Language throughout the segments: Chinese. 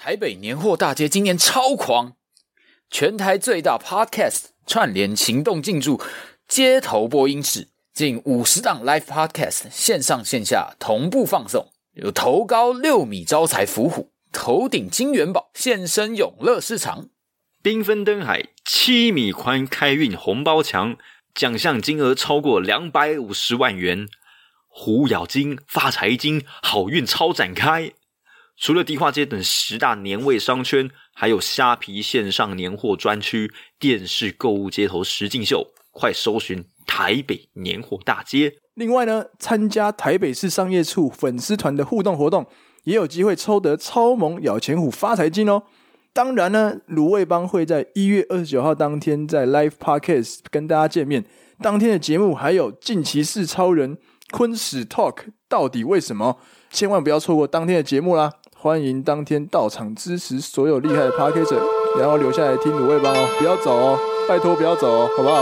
台北年货大街今年超狂，全台最大 Podcast 串联行动进驻街头播音室，近50档 Live Podcast 线上线下同步放送，有头高6米招财伏虎，头顶金元宝现身永乐市场， 缤纷灯海7米宽开运红包墙，奖项金额超过250万元，虎咬金、发财金，好运超展开。除了迪化街等10大年味商圈，还有虾皮线上年货专区、电视购物街头实境秀，快搜寻台北年货大街。 另外呢，参加台北市商业处粉丝团的互动活动，也有机会抽得超猛咬钱虎发财金哦。当然呢，卤味帮会在1月29号当天在 Live Podcast 跟大家见面。当天的节目还有近期式超人昆史 Talk 到底为什么？千万不要错过当天的节目啦！欢迎当天到场支持所有厉害的 Podcaster， 然后留下来听卤味帮哦，不要走哦，拜托不要走哦，好不好？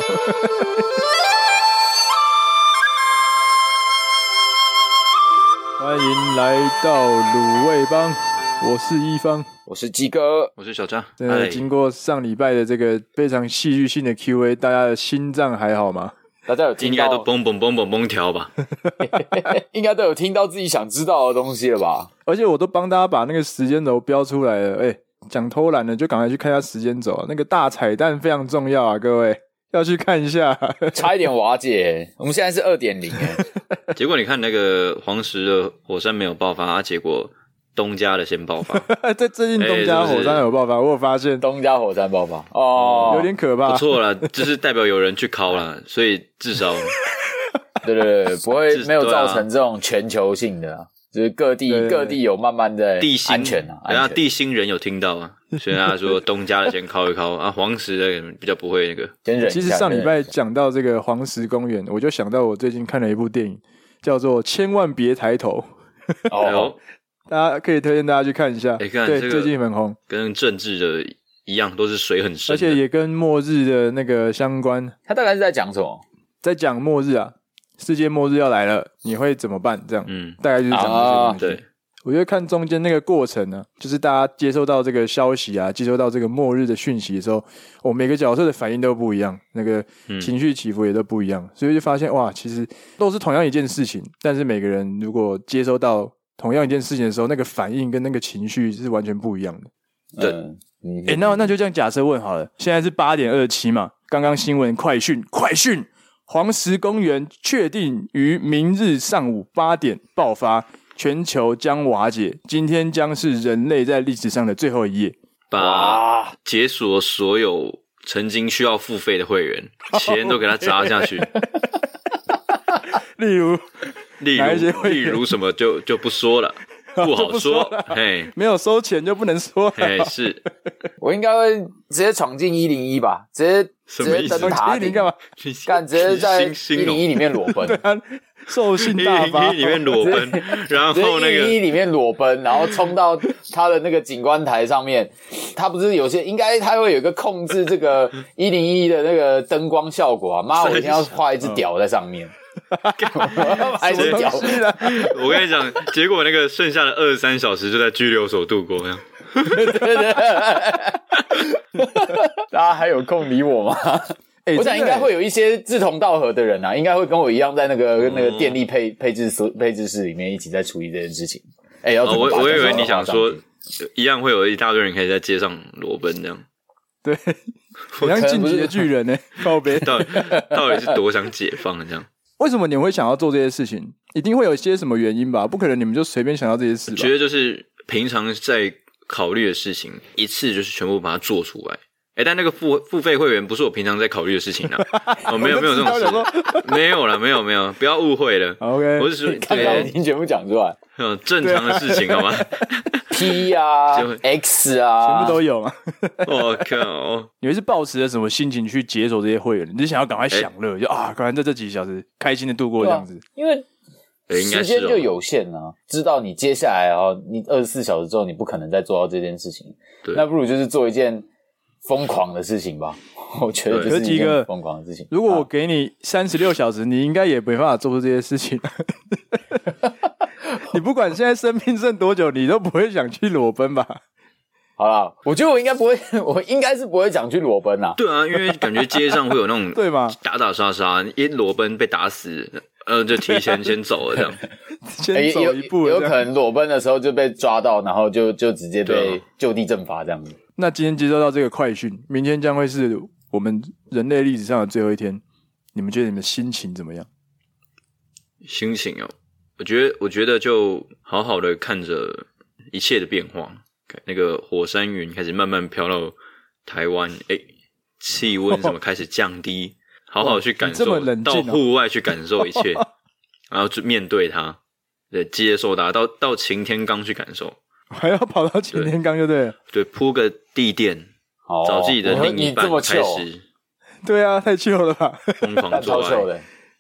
欢迎来到卤味帮，我是一方， 我是鸡哥， 我是小张。 经过上礼拜的这个非常戏剧性的 Q&A， 大家的心脏还好吗？ 大家有听到应该都蹦蹦蹦蹦蹦跳吧？ 应该都有听到自己想知道的东西了吧？ 而且我都帮大家把那个时间轴标出来了。讲偷懒的就赶快去看一下时间轴，那个大彩蛋非常重要啊，各位要去看一下。 差一点瓦解，我们现在是 2.0 结果你看那个黄石的火山没有爆发，结果东家的先爆发。 在最近东家火山有爆发，我有发现东家火山爆发哦， 有点可怕。 不错啦，就是代表有人去考啦，所以至少对，不会没有造成这种全球性的啊，就是各地有慢慢的安全啊， 然后地心人有听到啊，所以他说东家的先敲一敲啊，黄石的比较不会那个。 其实上礼拜讲到这个黄石公园，我就想到我最近看了一部电影，叫做《千万别抬头》。 哦。 大家可以推荐大家去看一下， 对， 这个、最近很红， 跟政治的一样，都是水很深的， 而且也跟末日的那个相关。 他大概是在讲什么？ 在讲末日啊，世界末日要来了，你会怎么办？这样，大概就是讲这些东西。 对， 我觉得看中间那个过程呢，就是大家接收到这个消息啊，接收到这个末日的讯息的时候，每个角色的反应都不一样，那个情绪起伏也都不一样，所以就发现哇，其实都是同样一件事情，但是每个人如果接收到同样一件事情的时候，那个反应跟那个情绪是完全不一样的。 对， 那就这样假设问好了。现在是8:27嘛，刚刚新闻快讯，黄石公园确定于明日上午8点爆发，全球将瓦解。今天将是人类在历史上的最后一页， 把解锁所有曾经需要付费的会员，钱都给他砸下去。例如什么就不说了，不好说。嘿， 没有收钱就不能说了。 嘿，是。 我应该会直接闯进101吧，直接登塔顶干嘛？ 直接在101里面裸奔。 对啊，兽性大发。 101里面裸奔，然后那个 101里面裸奔，然后冲到他的那个景观台上面。他不是有些应该他会有一个控制这个101的那个灯光效果啊。妈，我一定要画一只屌在上面。还是屌我跟你讲，结果那个剩下的23小时就在拘留所度过，这样。 对，大家还有空理我吗？我想应该会有一些志同道合的人啊，应该会跟我一样在那个电力配置室里面一起在处理这件事情。 我以为你想说一样会有一大堆人可以在街上裸奔这样。 对，好像进击的巨人呢，靠北。 到底是多想解放这样？ 为什么你们会想要做这些事情？一定会有些什么原因吧？不可能你们就随便想到这些事吧？ 我觉得就是平常在考虑的事情，一次就是全部把它做出来。但那个付费会员不是我平常在考虑的事情啊。没有这种事，没有啦，没有，不要误会了。 OK， 我是说， 刚刚已经全部讲出来， 正常的事情好吗 ？P 啊 ，X 啊， 全部都有嘛。 我靠！ 你会是抱持着什么心情去解锁这些会员？你是想要赶快享乐，就赶快在这几小时开心的度过这样子？ 因为时间就有限啊，知道你接下来你24小时之后你不可能再做到这件事情，那不如就是做一件疯狂的事情吧。我觉得就是一件疯狂的事情。 如果我给你36小时，你应该也没办法做出这些事情。你不管现在生命剩多久，你都不会想去裸奔吧？ 好啦，我觉得我应该不会，我应该是不会讲去裸奔啦。 对啊，因为感觉街上会有那种对嘛， 打打杀杀，一裸奔被打死，就提前先走了这样。 先走一步了有可能裸奔的时候就被抓到，然后就直接被就地正法这样子。 那今天接收到这个快讯，明天将会是我们人类历史上的最后一天，你们觉得你们的心情怎么样？ 心情哦，我觉得就好好的看着一切的变化，那个火山云开始慢慢飘到台湾，气温什么开始降低，好好去感受，到户外去感受一切，然后就面对它，对，接受它，到擎天岗去感受， 还要跑到擎天岗就对了， 对，铺个地垫，找自己的另一半开始， 对啊，太糗了吧， 疯狂做爱。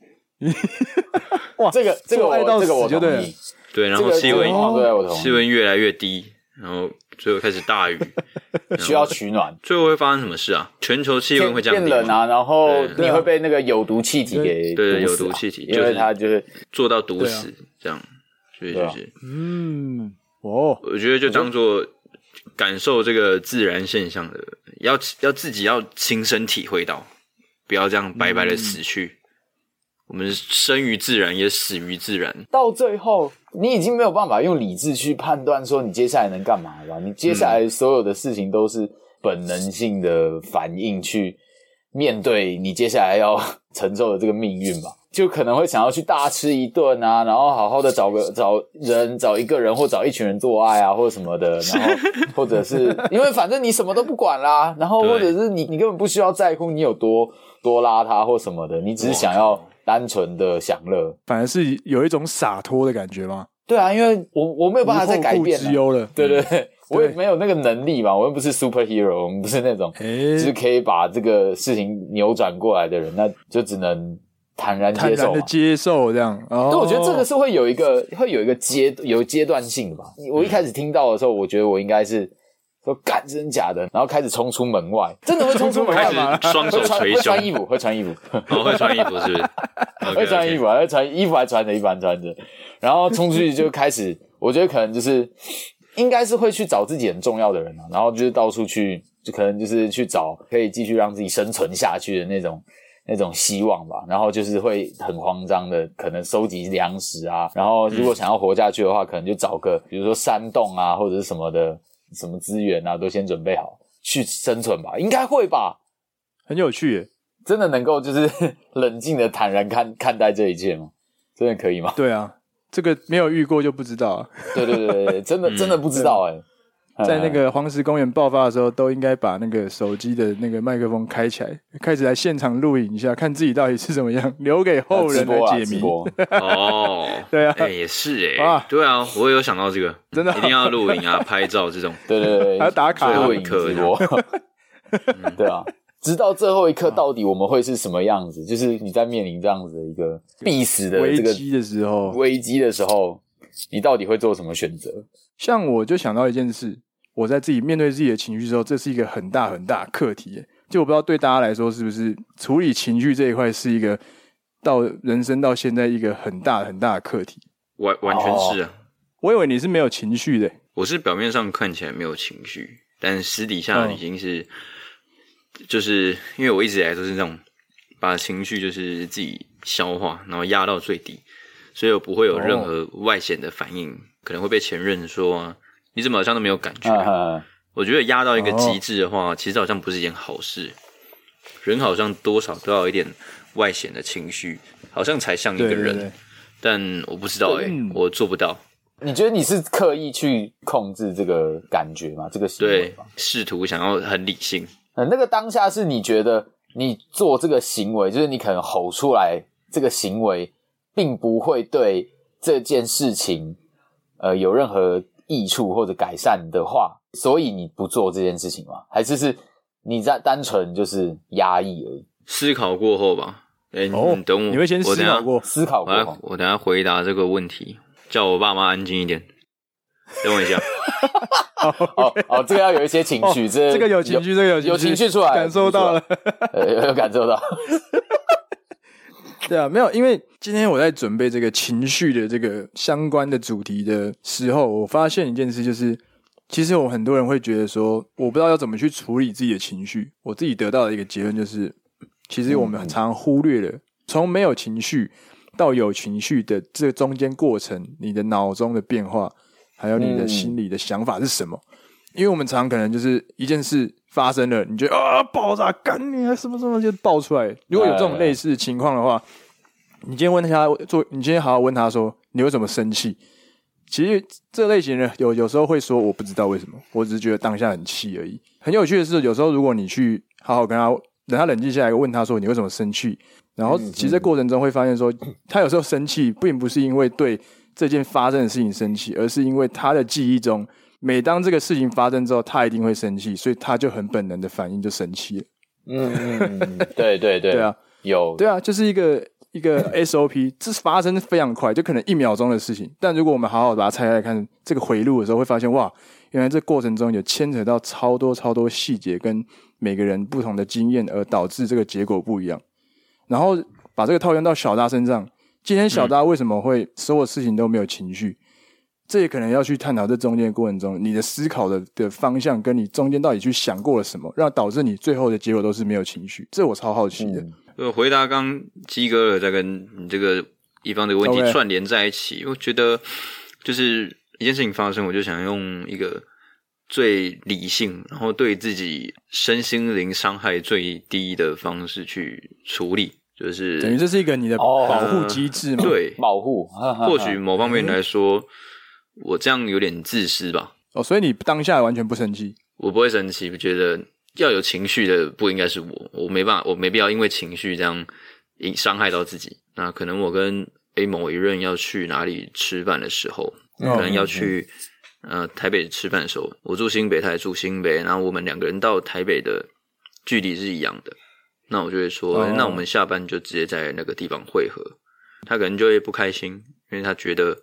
哇， 这个我同意。 对，然后气温越来越低，然后最后开始大雨， 需要取暖。 最后会发生什么事啊？全球气温会降低， 变冷啊，然后你会被那个有毒气体给对有毒气体， 因为它就是做到毒死这样，所以就是我觉得就当做感受这个自然现象的，要自己要亲身体会到，不要这样白白的死去。我们生于自然，也死于自然。 到最后，你已经没有办法用理智去判断说你接下来能干嘛了。你接下来所有的事情都是本能性的反应去面对你接下来要承受的这个命运吧。就可能会想要去大吃一顿啊，然后好好的找一个人或找一群人做爱啊，或者什么的，然后或者是因为反正你什么都不管啦，然后或者是你根本不需要在乎你有多邋遢或什么的，你只是想要单纯的享乐， 反而是有一种洒脱的感觉吗？ 对啊，因为我没有办法再改变无后顾之忧了， 对对对，我也没有那个能力嘛，我又不是 superhero， 我们不是那种就是可以把这个事情扭转过来的人，那就只能坦然接受嘛， 的接受这样。对， 我觉得这个是会有一个阶段性的吧。我一开始听到的时候，我觉得我应该是说干真假的，然后开始冲出门外，真的会冲出门外吗？ 双手捶胸， 会穿衣服，会穿衣服， 会穿衣服是不是？ 会穿衣服啊，衣服还穿着，一般穿着，然后冲出去就开始，我觉得可能就是应该是会去找自己很重要的人啊，然后就是到处去，就可能就是去找可以继续让自己生存下去的那种希望吧，然后就是会很慌张的，可能收集粮食啊，然后如果想要活下去的话，可能就找个比如说山洞啊，或者是什么的。什么资源啊，都先准备好去生存吧，应该会吧， 很有趣耶， 真的能够就是冷静的坦然看待这一切吗？真的可以吗？ 对啊，这个没有遇过就不知道啊。 对，真的不知道在那个黄石公园爆发的时候，都应该把那个手机的那个麦克风开起来，开始来现场录影一下，看自己到底是怎么样，留给后人来解谜。 哦， 对啊， 也是对啊，我也有想到这个， 真的一定要录影啊，拍照这种， 对， 还要打卡， 最后一刻直播，对啊，直到最后一刻，到底我们会是什么样子？就是你在面临这样子的一个必死的这个危机的时候，你到底会做什么选择？ 像我就想到一件事，我在自己面对自己的情绪之后，这是一个很大很大的课题耶。就我不知道对大家来说，是不是处理情绪这一块是一个到人生到现在一个很大很大的课题。 完全是啊。 我以为你是没有情绪的。 我是表面上看起来没有情绪，但私底下已经是，就是因为我一直以来都是那种把情绪就是自己消化，然后压到最低，所以我不会有任何外显的反应。可能会被前任说啊，你怎么好像都没有感觉？我觉得压到一个极致的话，其实好像不是一件好事。人好像多少都要有一点外显的情绪，好像才像一个人。对，但我不知道我做不到。 你觉得你是刻意去控制这个感觉吗？这个行为吗？ 对，试图想要很理性。 那个当下是你觉得你做这个行为，就是你可能吼出来这个行为，并不会对这件事情有任何益处或者改善的话，所以你不做这件事情吗？还是你在单纯就是压抑而已？ 思考过后吧。你等我， 你会先思考过， 思考过后， 我等下回答这个问题，叫我爸妈安静一点。等我一下。 这个要有一些情绪，这个有情绪，有情绪出来， 感受到了， 有感受到。 对啊，没有，因为今天我在准备这个情绪的这个相关的主题的时候，我发现一件事，就是其实我很多人会觉得说，我不知道要怎么去处理自己的情绪。我自己得到的一个结论就是，其实我们很常忽略了从没有情绪到有情绪的这个中间过程，你的脑中的变化，还有你的心里的想法是什么。因为我们常可能就是一件事发生了，你觉得爆炸干你啊什么什么就爆出来。如果有这种类似的情况的话，你今天问他你今天好好问他说你为什么生气？其实这类型人有时候会说我不知道为什么，我只是觉得当下很气而已。很有趣的是，有时候如果你去好好跟他等他冷静下来，问他说你为什么生气，然后其实在过程中会发现说，他有时候生气并不是因为对这件发生的事情生气，而是因为他的记忆中，每当这个事情发生之后，他一定会生气，所以他就很本能的反应就生气了。 对对对， 对啊， 有， 对啊，就是一个 SOP， 这发生非常快，就可能1秒钟的事情。但如果我们好好把它拆开来看这个回路的时候，会发现哇，原来这过程中有牵扯到超多细节跟每个人不同的经验，而导致这个结果不一样。然后把这个套用到小大身上，今天小大为什么会所有事情都没有情绪？这也可能要去探讨这中间的过程中，你的思考的方向跟你中间到底去想过了什么，让导致你最后的结果都是没有情绪。这我超好奇的。 回答刚鸡哥再跟你这个一方的问题串联在一起，我觉得就是一件事情发生，我就想用一个最理性，然后对自己身心灵伤害最低的方式去处理，就是等于这是一个你的保护机制嘛？ 对， 保护。 或许某方面来说，我这样有点自私吧。 所以你当下完全不生气？ 我不会生气，我觉得要有情绪的不应该是我没办法，我没必要因为情绪这样伤害到自己。那可能我跟某一任要去哪里吃饭的时候，可能要去台北吃饭的时候，我住新北，他也住新北，然后我们2个人到台北的距离是一样的，那我就会说那我们下班就直接在那个地方汇合。他可能就会不开心，因为他觉得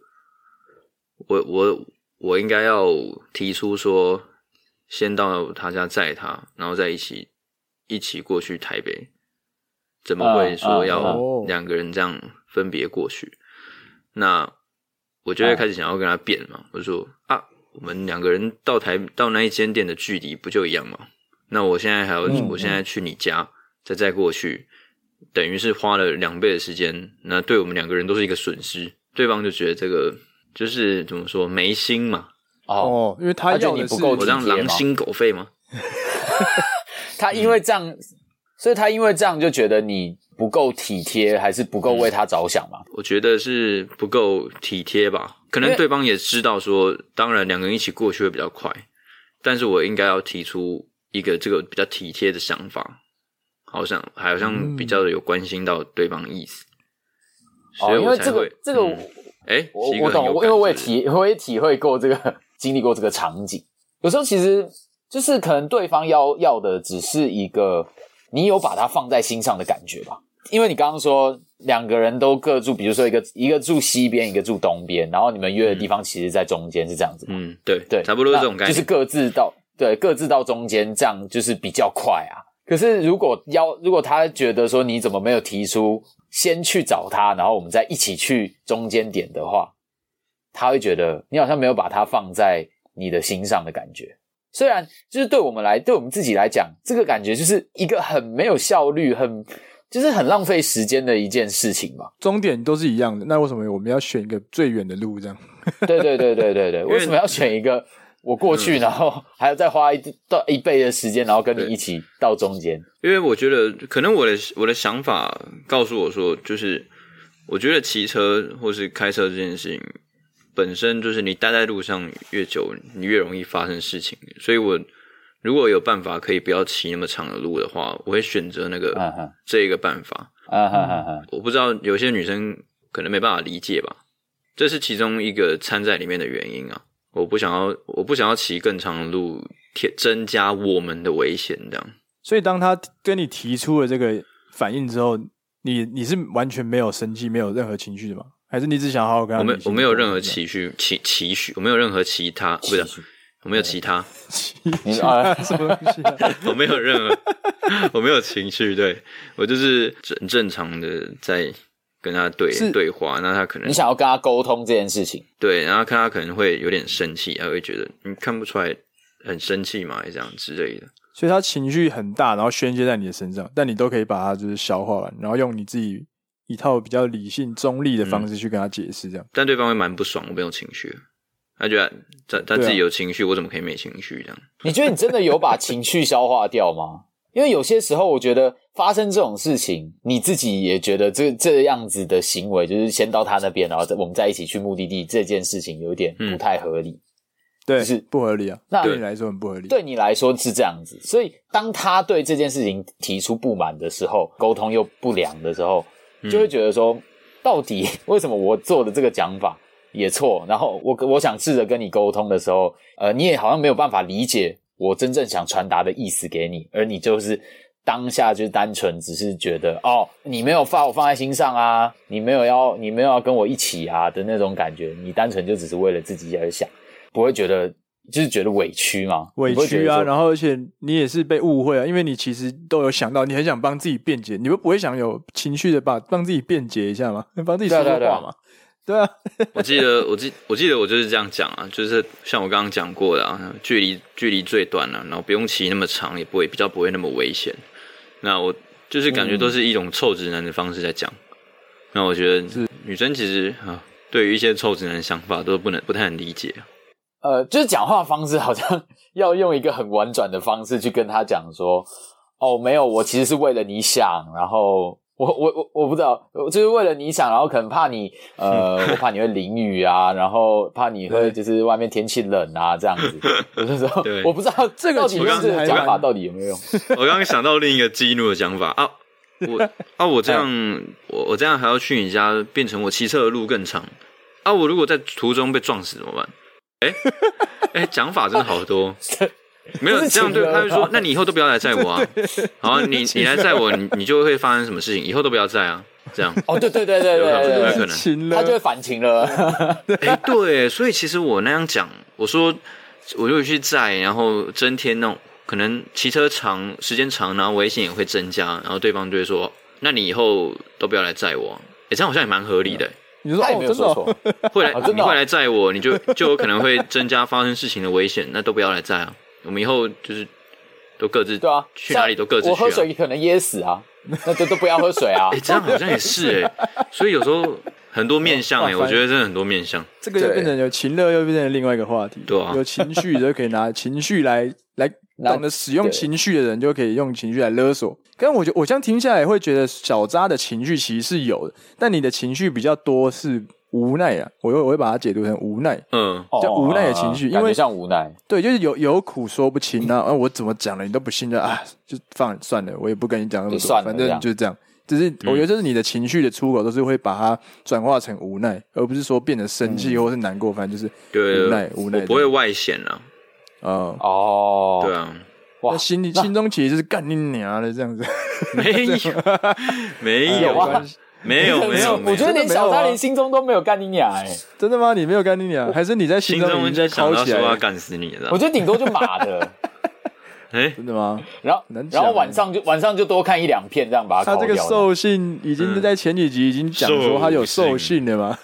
我应该要提出说先到他家载他，然后再一起过去台北，怎么会说要2个人这样分别过去？那我就会开始想要跟他辩嘛，我就说我们2个人到那一间店的距离不就一样吗？那我现在我现在去你家再过去，等于是花了2倍的时间，那对我们2个人都是一个损失。对方就觉得这个就是怎么说没心嘛。 因为他要的是我这样狼心狗肺吗？ 他因为这样，所以他因为这样就觉得你不够体贴，还是不够为他着想嘛？ 我觉得是不够体贴吧。可能对方也知道说，当然2个人一起过去会比较快，但是我应该要提出一个这个比较体贴的想法，好像比较有关心到对方意思，所以我才会这个我懂，因为我也体会过这个，经历过这个场景。有时候其实就是可能对方要的只是一个你有把它放在心上的感觉吧。因为你刚刚说2个人都各住，比如说一个住西边，一个住东边，然后你们约的地方其实在中间，是这样子吗？ 对，差不多是这种概念， 就是各自到中间，这样就是比较快啊。可是如果他觉得说你怎么没有提出先去找他，然后我们再一起去中间点的话，他会觉得你好像没有把它放在你的心上的感觉。虽然就是对我们自己来讲，这个感觉就是一个很没有效率，就是很浪费时间的一件事情嘛。 终点都是一样的，那为什么我们要选一个最远的路这样？ 对，为什么要选一个我过去然后还要再花一倍的时间，然后跟你一起到中间？ 因为我觉得可能我的想法告诉我说，就是我觉得骑车或是开车这件事情本身就是你待在路上越久，你越容易发生事情。所以我如果有办法可以不要骑那么长的路的话，我会选择这一个办法。我不知道有些女生可能没办法理解吧，这是其中一个掺在里面的原因啊。我不想要骑更长的路，增加我们的危险这样。 所以当他跟你提出了这个反应之后，你是完全没有生气，没有任何情绪的吗？还是你只想好好跟他？ 我没有任何情绪，我没有任何其他，不是，我没有其他， 什么东西啊？ 我没有任何，我没有情绪，对，我就是很正常的在跟他对话，那他可能你想要跟他沟通这件事情， 对，然后看他可能会有点生气，他会觉得你看不出来很生气嘛，这样之类的。 所以他情绪很大，然后宣泄在你的身上，但你都可以把它就是消化完，然后用你自己一套比较理性中立的方式去跟他解释，这样。 但对方会蛮不爽，我没有情绪，他觉得他自己有情绪，我怎么可以没情绪这样？ 你觉得你真的有把情绪消化掉吗？因为有些时候我觉得发生这种事情，你自己也觉得这样子的行为，就是先到他那边，然后我们再一起去目的地，这件事情有点不太合理。 对， 就是不合理啊。 那对你来说很不合理。 对你来说是这样子，所以当他对这件事情提出不满的时候，沟通又不良的时候，就会觉得说，到底为什么我做的这个讲法也错？然后我想试着跟你沟通的时候，你也好像没有办法理解我真正想传达的意思给你，而你就是当下就是单纯只是觉得你没有把我放在心上啊，你没有要跟我一起啊的那种感觉，你单纯就只是为了自己而想，不会觉得就是觉得委屈吗？ 委屈啊，然后而且你也是被误会啊，因为你其实都有想到，你很想帮自己辩解，你不会想有情绪的帮自己辩解一下吗？帮自己说说话嘛。对啊， 我记得我就是这样讲啊，就是像我刚刚讲过的啊，距离最短了，然后不用骑那么长，也比较不会那么危险。那我就是感觉都是一种臭直男的方式在讲。那我觉得女生其实对于一些臭直男的想法都不太能理解。 就是讲话方式好像要用一个很婉转的方式去跟他讲说，没有，我其实是为了你想，然后我不知道，就是为了你想，然后可能怕你我怕你会淋雨啊，然后怕你会就是外面天气冷啊这样子。我就说我不知道这个到底用这个讲法到底有没有用。 我刚刚想到另一个激怒的讲法啊，我这样我这样还要去你家，变成我骑车的路更长啊！我如果在途中被撞死怎么办？讲法真的好多。没有这样对，他就说：“那你以后都不要来载我啊！好啊，你来载我，你就会发生什么事情？以后都不要载啊！这样对， 有可能他就会反情了。 对，所以其实我那样讲，我说我如果去载，然后增添那种可能骑车时间长，然后危险也会增加，然后对方就会说：那你以后都不要来载我。这样好像也蛮合理的。 你说他也没有说错， 你会来载我，你就有可能会增加发生事情的危险，那都不要来载啊！我们以后就是都各自对啊， 去哪里都各自去啊。 我喝水可能噎死啊，那都不要喝水啊。 这样好像也是所以有时候很多面向我觉得真的很多面向。 这个就变成有情乐，又变成另外一个话题。 对啊， 有情绪就可以拿情绪来懂得使用情绪的人，就可以用情绪来勒索。但我这样听下来，会觉得小扎的情绪其实是有的，但你的情绪比较多是无奈啊，我会把它解读成无奈，就无奈的情绪，因为感觉像无奈， 对，就是有苦说不清啊，我怎么讲了你都不信的啊，就算了，我也不跟你讲那么多，反正就是这样。只是我觉得这是你的情绪的出口，都是会把它转化成无奈，而不是说变得生气或是难过，反正就是无奈。我不会外显啊。对啊。 那心中其实就是干你娘的这样子， 没有关系。没有， 我觉得连小扎连心中都没有干你娘真的吗？你没有干你娘，还是你在心中已经想到说要干死你了？ 我觉得顶多就马的。 真的吗？ 然后晚上就多看1-2片，这样把它他这个兽性已经在前几集已经讲说他有兽性了嘛？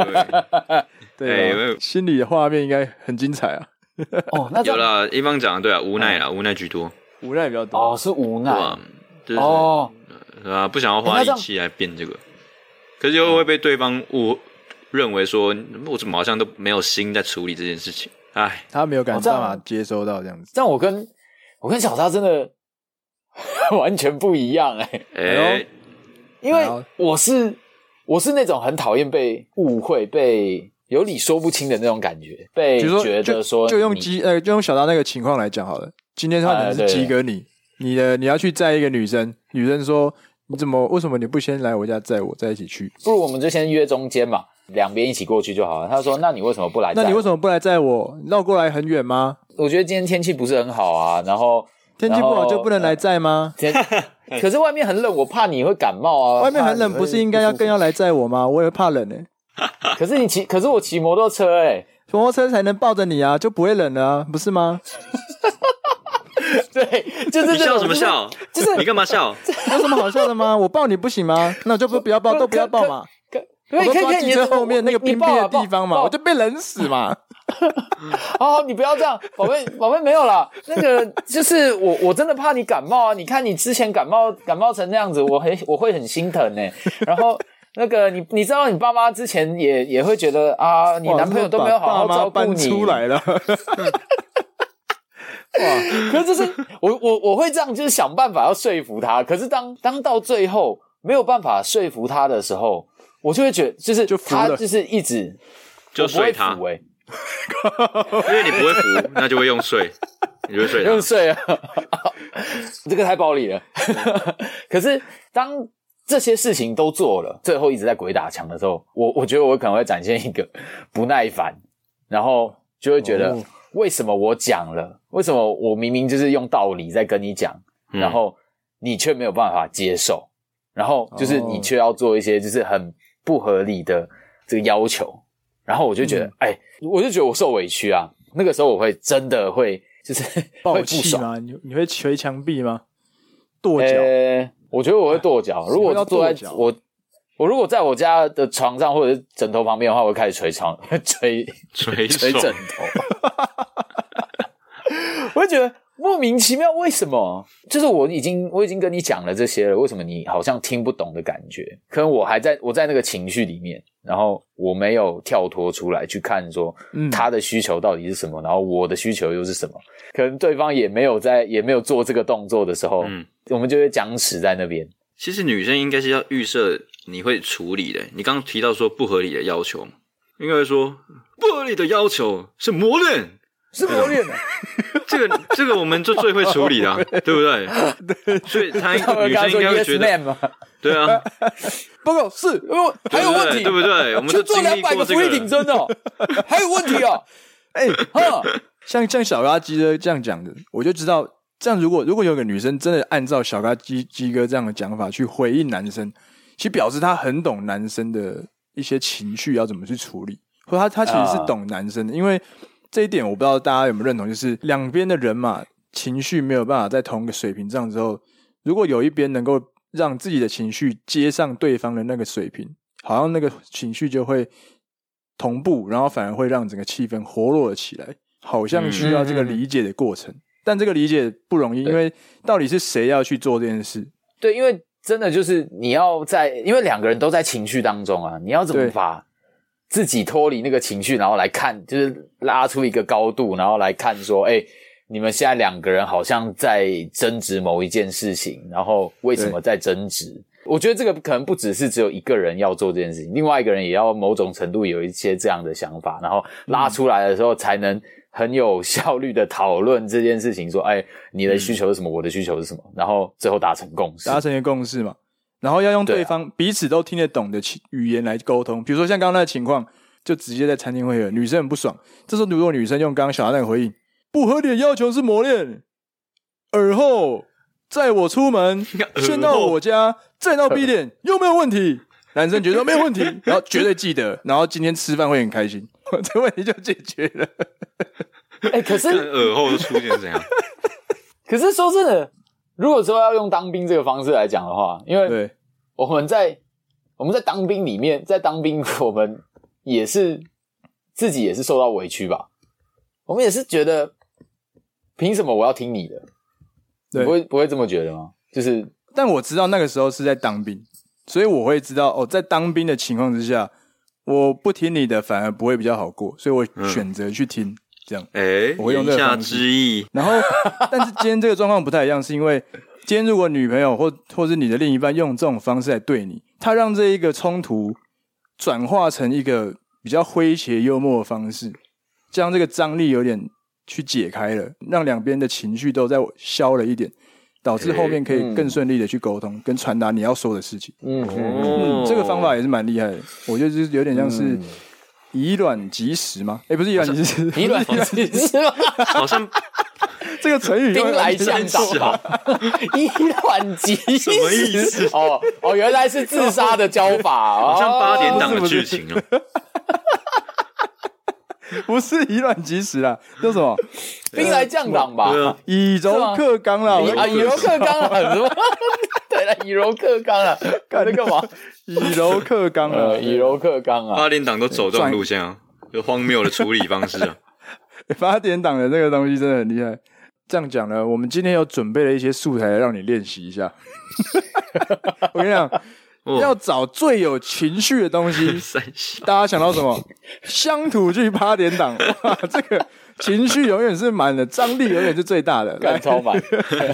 对，心里的画面应该很精彩啊。 那有啦，一方讲的对啊，无奈啦，无奈居多， 无奈比较多。 是无奈对啊，不想要花力气来变这个，可是又会被对方认为说，我怎么好像都没有心在处理这件事情？ 他没有办法接收到这样子。 这样我跟小扎真的完全不一样因为我是那种很讨厌被误会、被有理说不清的那种感觉，被觉得说就用小扎那个情况来讲好了。今天他可能是鸡哥你要去载一个女生说为什么你不先来我家载我再一起去？ 不如我们就先约中间嘛，两边一起过去就好了。他说那你为什么不来载我？ 那你为什么不来载我？绕过来很远吗？ 我觉得今天天气不是很好啊，然后天气不好就不能来载吗？ 可是外面很冷，我怕你会感冒啊。 外面很冷不是应该更要来载我吗？我也会怕冷可是我骑摩托车摩托车才能抱着你啊，就不会冷了啊，不是吗？ 对，就是你笑什么笑？ 就是你干嘛笑？ 有什么好笑的吗？我抱你不行吗？那我就不要抱，都不要抱嘛。我都抓机车后面那个冰冰的地方嘛，我就被冷死嘛。 哦，你不要这样，宝贝没有啦。那个就是我真的怕你感冒啊！你看你之前感冒成那样子，我会很心疼欸。然后那个你知道你爸妈之前也会觉得啊，你男朋友都没有好好照顾你， 搬出来了。 哇！可是就是我会这样，就是想办法要说服他。可是当到最后没有办法说服他的时候，我就会觉得就是他就是一直就睡他，因为你不会服，那就会用睡，你就会睡他， 用睡啊！这个太暴力了。可是当这些事情都做了，最后一直在鬼打墙的时候，我觉得我可能会展现一个不耐烦，然后就会觉得为什么我讲了，为什么我明明就是用道理在跟你讲，然后你却没有办法接受，然后就是你却要做一些就是很不合理的这个要求，然后我就觉得我就觉得我受委屈啊。那个时候我会真的会就是爆气吗？你会捶墙壁吗？跺脚？ 我觉得我会跺脚。如果坐在我如果在我家的床上或者是枕头旁边的话，我会开始捶枕头。我会觉得莫名其妙，为什么？就是我已经跟你讲了这些了，为什么你好像听不懂的感觉？可能我在那个情绪里面，然后我没有跳脱出来去看说他的需求到底是什么，然后我的需求又是什么？可能对方也没有做这个动作的时候，我们就会僵持在那边。 其实女生应该是要预设你会处理的。你刚刚提到说不合理的要求，应该会说不合理的要求是磨练。 是磨练的， 这个我们就最会处理啦，对不对？对，所以女生应该会觉得，对啊， 报告是， 还有问题， 对不对？我们就经历过这个， 做200个浮力挺身哦，还有问题哦。 像小嘎鸡哥这样讲的，我就知道，这样如果有个女生真的按照小嘎鸡哥这样的讲法去回应男生，其实表示她很懂男生的一些情绪要怎么去处理，或他其实是懂男生的，因为。这一点我不知道大家有没有认同，就是两边的人嘛，情绪没有办法在同一个水平上之后，如果有一边能够让自己的情绪接上对方的那个水平，好像那个情绪就会同步，然后反而会让整个气氛活络了起来，好像需要这个理解的过程。但这个理解不容易，因为到底是谁要去做这件事？ 对，因为真的就是你要因为两个人都在情绪当中啊，你要怎么把自己脱离那个情绪，然后来看，就是拉出一个高度，然后来看说，你们现在两个人好像在争执某一件事情，然后为什么在争执？我觉得这个可能不只是只有一个人要做这件事情，另外一个人也要某种程度有一些这样的想法，然后拉出来的时候才能很有效率的讨论这件事情，说，你的需求是什么，我的需求是什么，然后最后达成共识， 一个共识嘛。然后要用对方彼此都听得懂的语言来沟通，比如说像刚刚那个情况，就直接在餐厅会合，女生很不爽。这时候如果女生用刚刚小孩那个回应，不合理的要求是磨练，而后载我出门，先到我家，再到 B 点，有没有问题？男生觉得没有问题，然后绝对记得，然后今天吃饭会很开心，这个问题就解决了。 可是而后出现怎样？ 可是说真的。如果说要用当兵这个方式来讲的话，因为我们在当兵里面，在当兵我们也是自己也是受到委屈吧，我们也是觉得凭什么我要听你的？你不会这么觉得吗？就是， 但我知道那个时候是在当兵，所以我会知道在当兵的情况之下，我不听你的反而不会比较好过，所以我选择去听。这样，我会用这个方式。言下之意。然后，但是今天这个状况不太一样，是因为今天如果女朋友或是你的另一半用这种方式来对你，他让这一个冲突转化成一个比较诙谐幽默的方式，将这个张力有点去解开了，让两边的情绪都在消了一点，导致后面可以更顺利的去沟通跟传达你要说的事情。这个方法也是蛮厉害的，我觉得就是有点像是。以卵击石吗？不是以卵击石， 以卵击石吗？ 好像这个成语兵来将挡吧？以卵击石什么意思？ 原来是自杀的教法， 好像8点档的剧情哦。 不是以卵击石啦，叫什么？ 兵来将挡吧？ 以柔克刚啦， 以柔克刚啦，对来以柔克刚啊，干在干嘛？ 以柔克刚啊， 以柔克刚啊， 八点档都走这种路线啊，就荒谬的处理方式啊。 8点档的这个东西真的很厉害。这样讲呢，我们今天有准备了一些素材让你练习一下。我跟你讲，要找最有情绪的东西，大家想到什么？乡土剧8点档，哇，这个情绪永远是满的，张力永远是最大的， 干超满。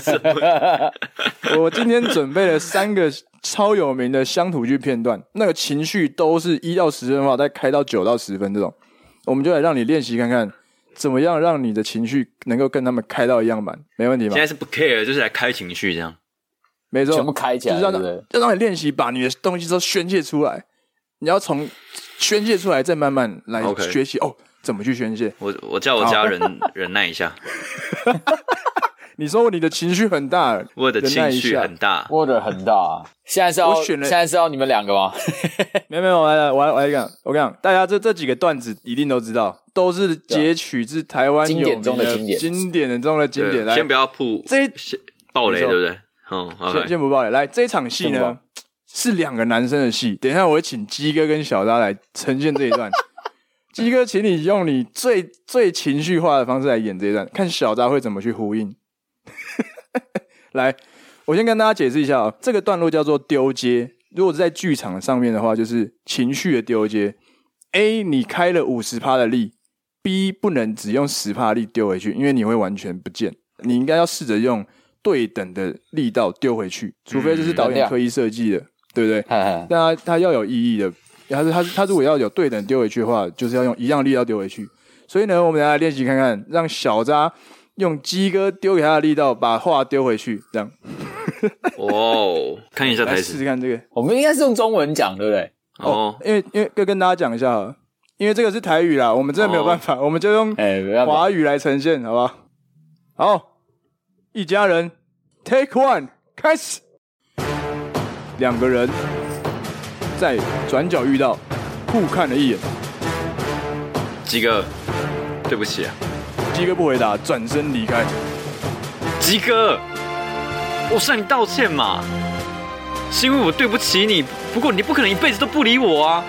我今天准备了3个超有名的乡土剧片段，那个情绪都是1到10分的话，再开到9到10分这种，我们就来让你练习看看。怎么样让你的情绪能够跟他们开到一样满？没问题吗？ 现在是不 care， 就是来开情绪这样。 没错， 全部开起来， 就是要让你练习把你的东西都宣泄出来。你要从宣泄出来，再慢慢来学习、哦，怎么去宣泄？ 我叫我家人忍耐一下。 你说你的情绪很大， 我的情绪很大， 我的很大。现在是要你们2个吗？ 没有，我来讲，我跟你讲，大家这几个段子一定都知道，都是截取自台湾经典中的经典中的经典。来， 先不要爆雷，对不对？OK， 先不爆雷。来，这一场戏呢是2个男生的戏，等一下我会请鸡哥跟小扎来呈现这一段。鸡哥，请你用你最情绪化的方式来演这一段，看小扎会怎么去呼应。来，我先跟大家解释一下这个段落叫做丢接。如果是在剧场上面的话，就是情绪的丢接。A 你开了50%的力 ，B 不能只用10%的力丢回去，因为你会完全不见。你应该要试着用对等的力道丢回去，除非这是导演刻意设计的，对不对？但它要有意义的。他如果要有对等丢回去的话，就是要用一样力道丢回去。所以呢，我们来练习看看，让小扎用鸡哥丢给他的力道把话丢回去，这样。 哦，看一下台词， 试试看这个。 我们应该是用中文讲，对不对？ 因为跟大家讲一下好了，因为这个是台语啦，我们真的没有办法，我们就用华语来呈现，好不好？好，一家人 ，Take one， 开始。2个人在转角遇到，互看了一眼。 鸡哥，对不起啊。 鸡哥不回答，转身离开。 鸡哥，我向你道歉嘛，是因为我对不起你，不过你不可能一辈子都不理我啊。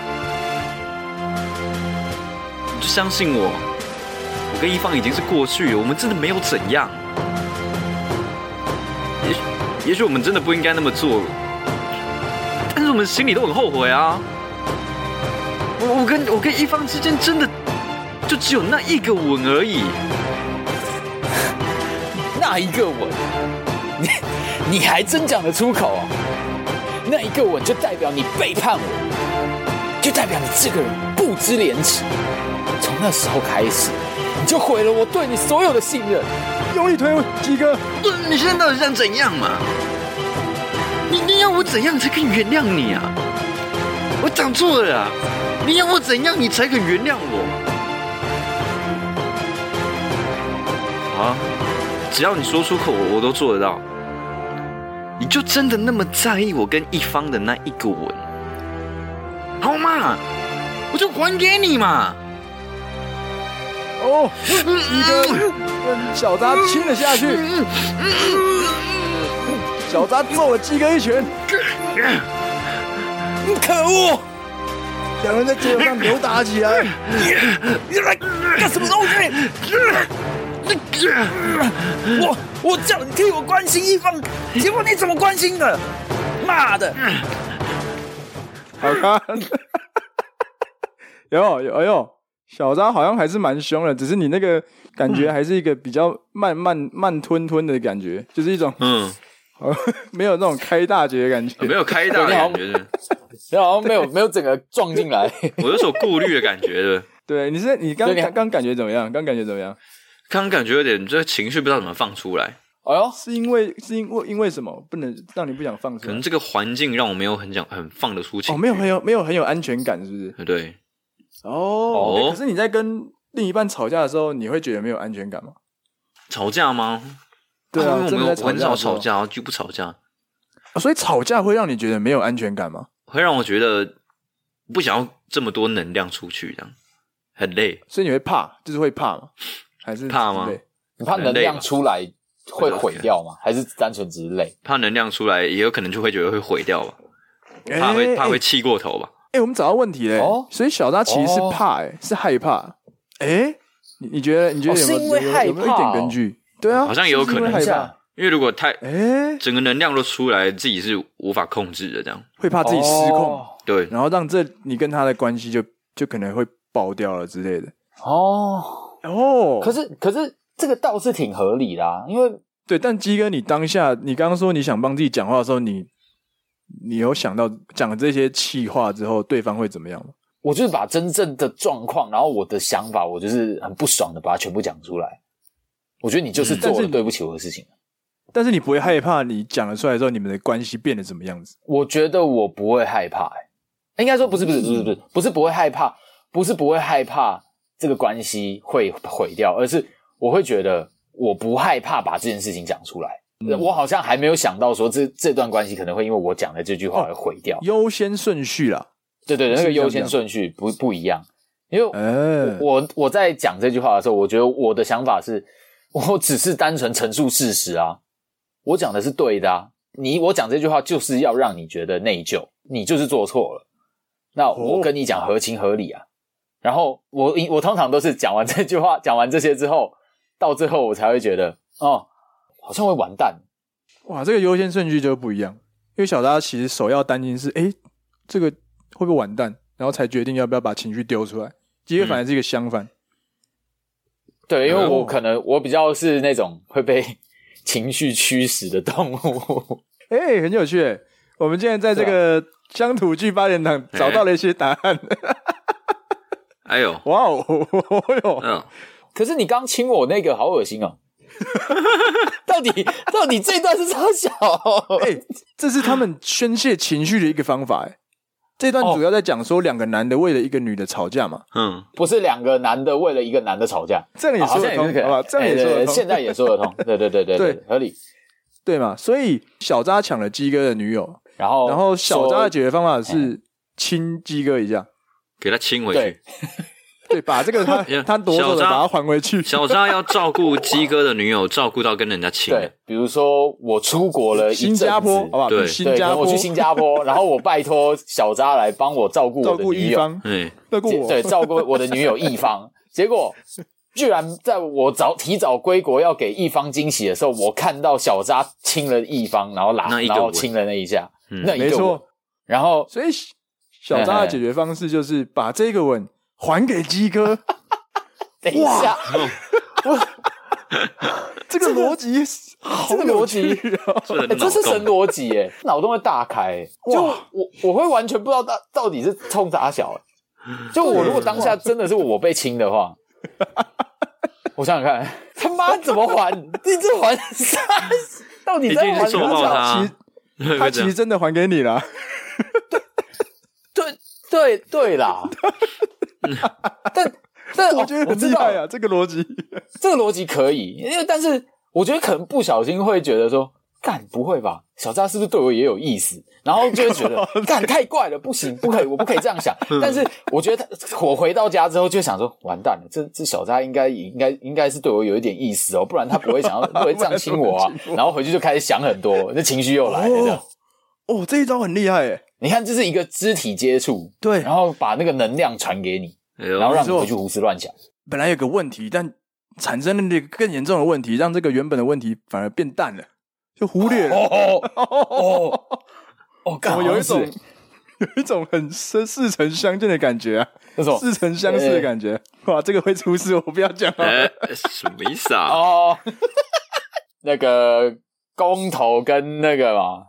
你就相信我，我跟一方已经是过去了，我们真的没有怎样。也许我们真的不应该那么做，但是我们心里都很后悔啊。我跟一方之间真的就只有那1个吻而已。 那1个吻，你还真讲得出口啊？那1个吻就代表你背叛我，就代表你这个人不知廉耻。从那时候开始，你就毁了我对你所有的信任。 用力推鸡哥， 你现在到底想怎样嘛？你要我怎样才可以原谅你啊？我讲错了啊！你要我怎样你才肯原谅我？啊！只要你说出口，我都做得到。你就真的那么在意我跟一方的那1个吻？好嘛，我就还给你嘛！ 哦，鸡哥跟小扎亲了下去，小扎揍了鸡哥1拳。 可恶 ！2人在街头上扭打起来。 你来干什么东西？我叫你替我关心一方，结果你怎么关心的？妈的！ 好看。哎呦，小扎好像还是蛮凶的，只是你那个感觉还是一个比较慢吞吞的感觉，就是一种没有那种开大节的感觉， 没有开大的感觉， 好像没有整个撞进来， 我有所顾虑的感觉的。 对，你刚感觉怎么样？刚感觉有点这个情绪不知道怎么放出来。 哎呦，是因为什么不能让你不想放出来？ 可能这个环境让我没有很放得出情绪。 没有很有安全感，是不是？ 对。 可是你在跟另一半吵架的时候，你会觉得没有安全感吗？ 吵架吗？ 对啊， 我很少吵架，就不吵架。 所以吵架会让你觉得没有安全感吗？ 会让我觉得不想要这么多能量出去，这样很累。 所以你会怕，就是会怕吗？还是怕吗？ 你怕能量出来会毁掉吗？还是单纯只是累？ 怕能量出来，也有可能就会觉得会毁掉吧，怕会气过头吧。 我们找到问题嘞，所以小扎其实是怕，是害怕。你觉得有是因为害怕有没有一点根据？对啊， 好像也有可能害怕， 因为如果整个能量都出来，自己是无法控制的，这样会怕自己失控， 对， 然后让你跟他的关系就可能会爆掉了之类的。可是这个倒是挺合理的啊，因为对，但基哥，你当下你刚刚说你想帮自己讲话的时候，你有想到讲这些气话之后，对方会怎么样吗？ 我就是把真正的状况，然后我的想法，我就是很不爽的把它全部讲出来。我觉得你就是做了对不起我的事情。 但是你不会害怕你讲了出来之后，你们的关系变得怎么样子？ 我觉得我不会害怕，应该说不是不会害怕，不是不会害怕这个关系会毁掉，而是我会觉得我不害怕把这件事情讲出来。我好像还没有想到说这段关系可能会因为我讲的这句话而毁掉。 优先顺序啦。 对，那个优先顺序不一样。因为我在讲这句话的时候，我觉得我的想法是，我只是单纯陈述事实啊，我讲的是对的啊。我讲这句话就是要让你觉得内疚，你就是做错了。那我跟你讲合情合理啊。然后我通常都是讲完这句话，讲完这些之后，到最后我才会觉得好像会完蛋。 哇，这个优先顺序就不一样。因为小扎其实首要担心是，这个会不会完蛋，然后才决定要不要把情绪丢出来。基哥反而是一个相反。 对，因为我比较是那种会被情绪驱使的动物。 很有趣。我们竟然在这个乡土剧八点档找到了一些答案。 哎呦， 哇哦， 可是你刚亲我那个好恶心哦。到底这段是超小？ 这是他们宣泄情绪的一个方法。这段主要在讲说两个男的为了一个女的吵架嘛。 不是两个男的为了一个男的吵架， 这样也说得通，好吧？这样也说得通， 现在也说得通。对，合理。 对嘛？所以小扎抢了基哥的女友，然后小扎的解决方法是亲基哥一下， 给他亲回去。 对，把这个他夺走的把他还回去。 小扎要照顾基哥的女友，照顾到跟人家亲。 对，比如说我出国了一阵子， 新加坡，好不好？ 对， 我去新加坡，然后我拜托小扎来帮我照顾我的女友， 照顾我， 对，照顾我的女友一方。结果居然在我提早归国要给一方惊喜的时候，我看到小扎亲了一方，然后亲了那一下，那一个吻， 没错。 然后， 所以小扎的解决方式就是把这个吻还给基哥。 等一下， 这个逻辑， 这个逻辑，这是神逻辑耶，脑洞会大开。就我会完全不知道到底是冲啥小。就我如果当下真的是我被亲的话，我想想看，他妈怎么还？你这还啥？到底在还多少？ 他其实真的还给你了。 对啦。但我觉得很厉害啊，这个逻辑可以，因为但是我觉得可能不小心会觉得说，干不会吧？小扎是不是对我也有意思？然后就会觉得干太怪了，不行，不可以，我不可以这样想。但是我觉得我回到家之后就想说，完蛋了，这小扎应该是对我有一点意思哦，不然他不会不会这样亲我啊。然后回去就开始想很多，那情绪又来了这样。 这一招很厉害耶！ 你看，这是一个肢体接触， 对， 然后把那个能量传给你，然后让你回去胡思乱想。 本来有个问题，但产生了那个更严重的问题，让这个原本的问题反而变淡了，就忽略了。我有一种很似曾相见的感觉啊，似曾相识的感觉。哇，这个会出事，我不要讲了。 什么意思啊？ 那个公投跟那个嘛，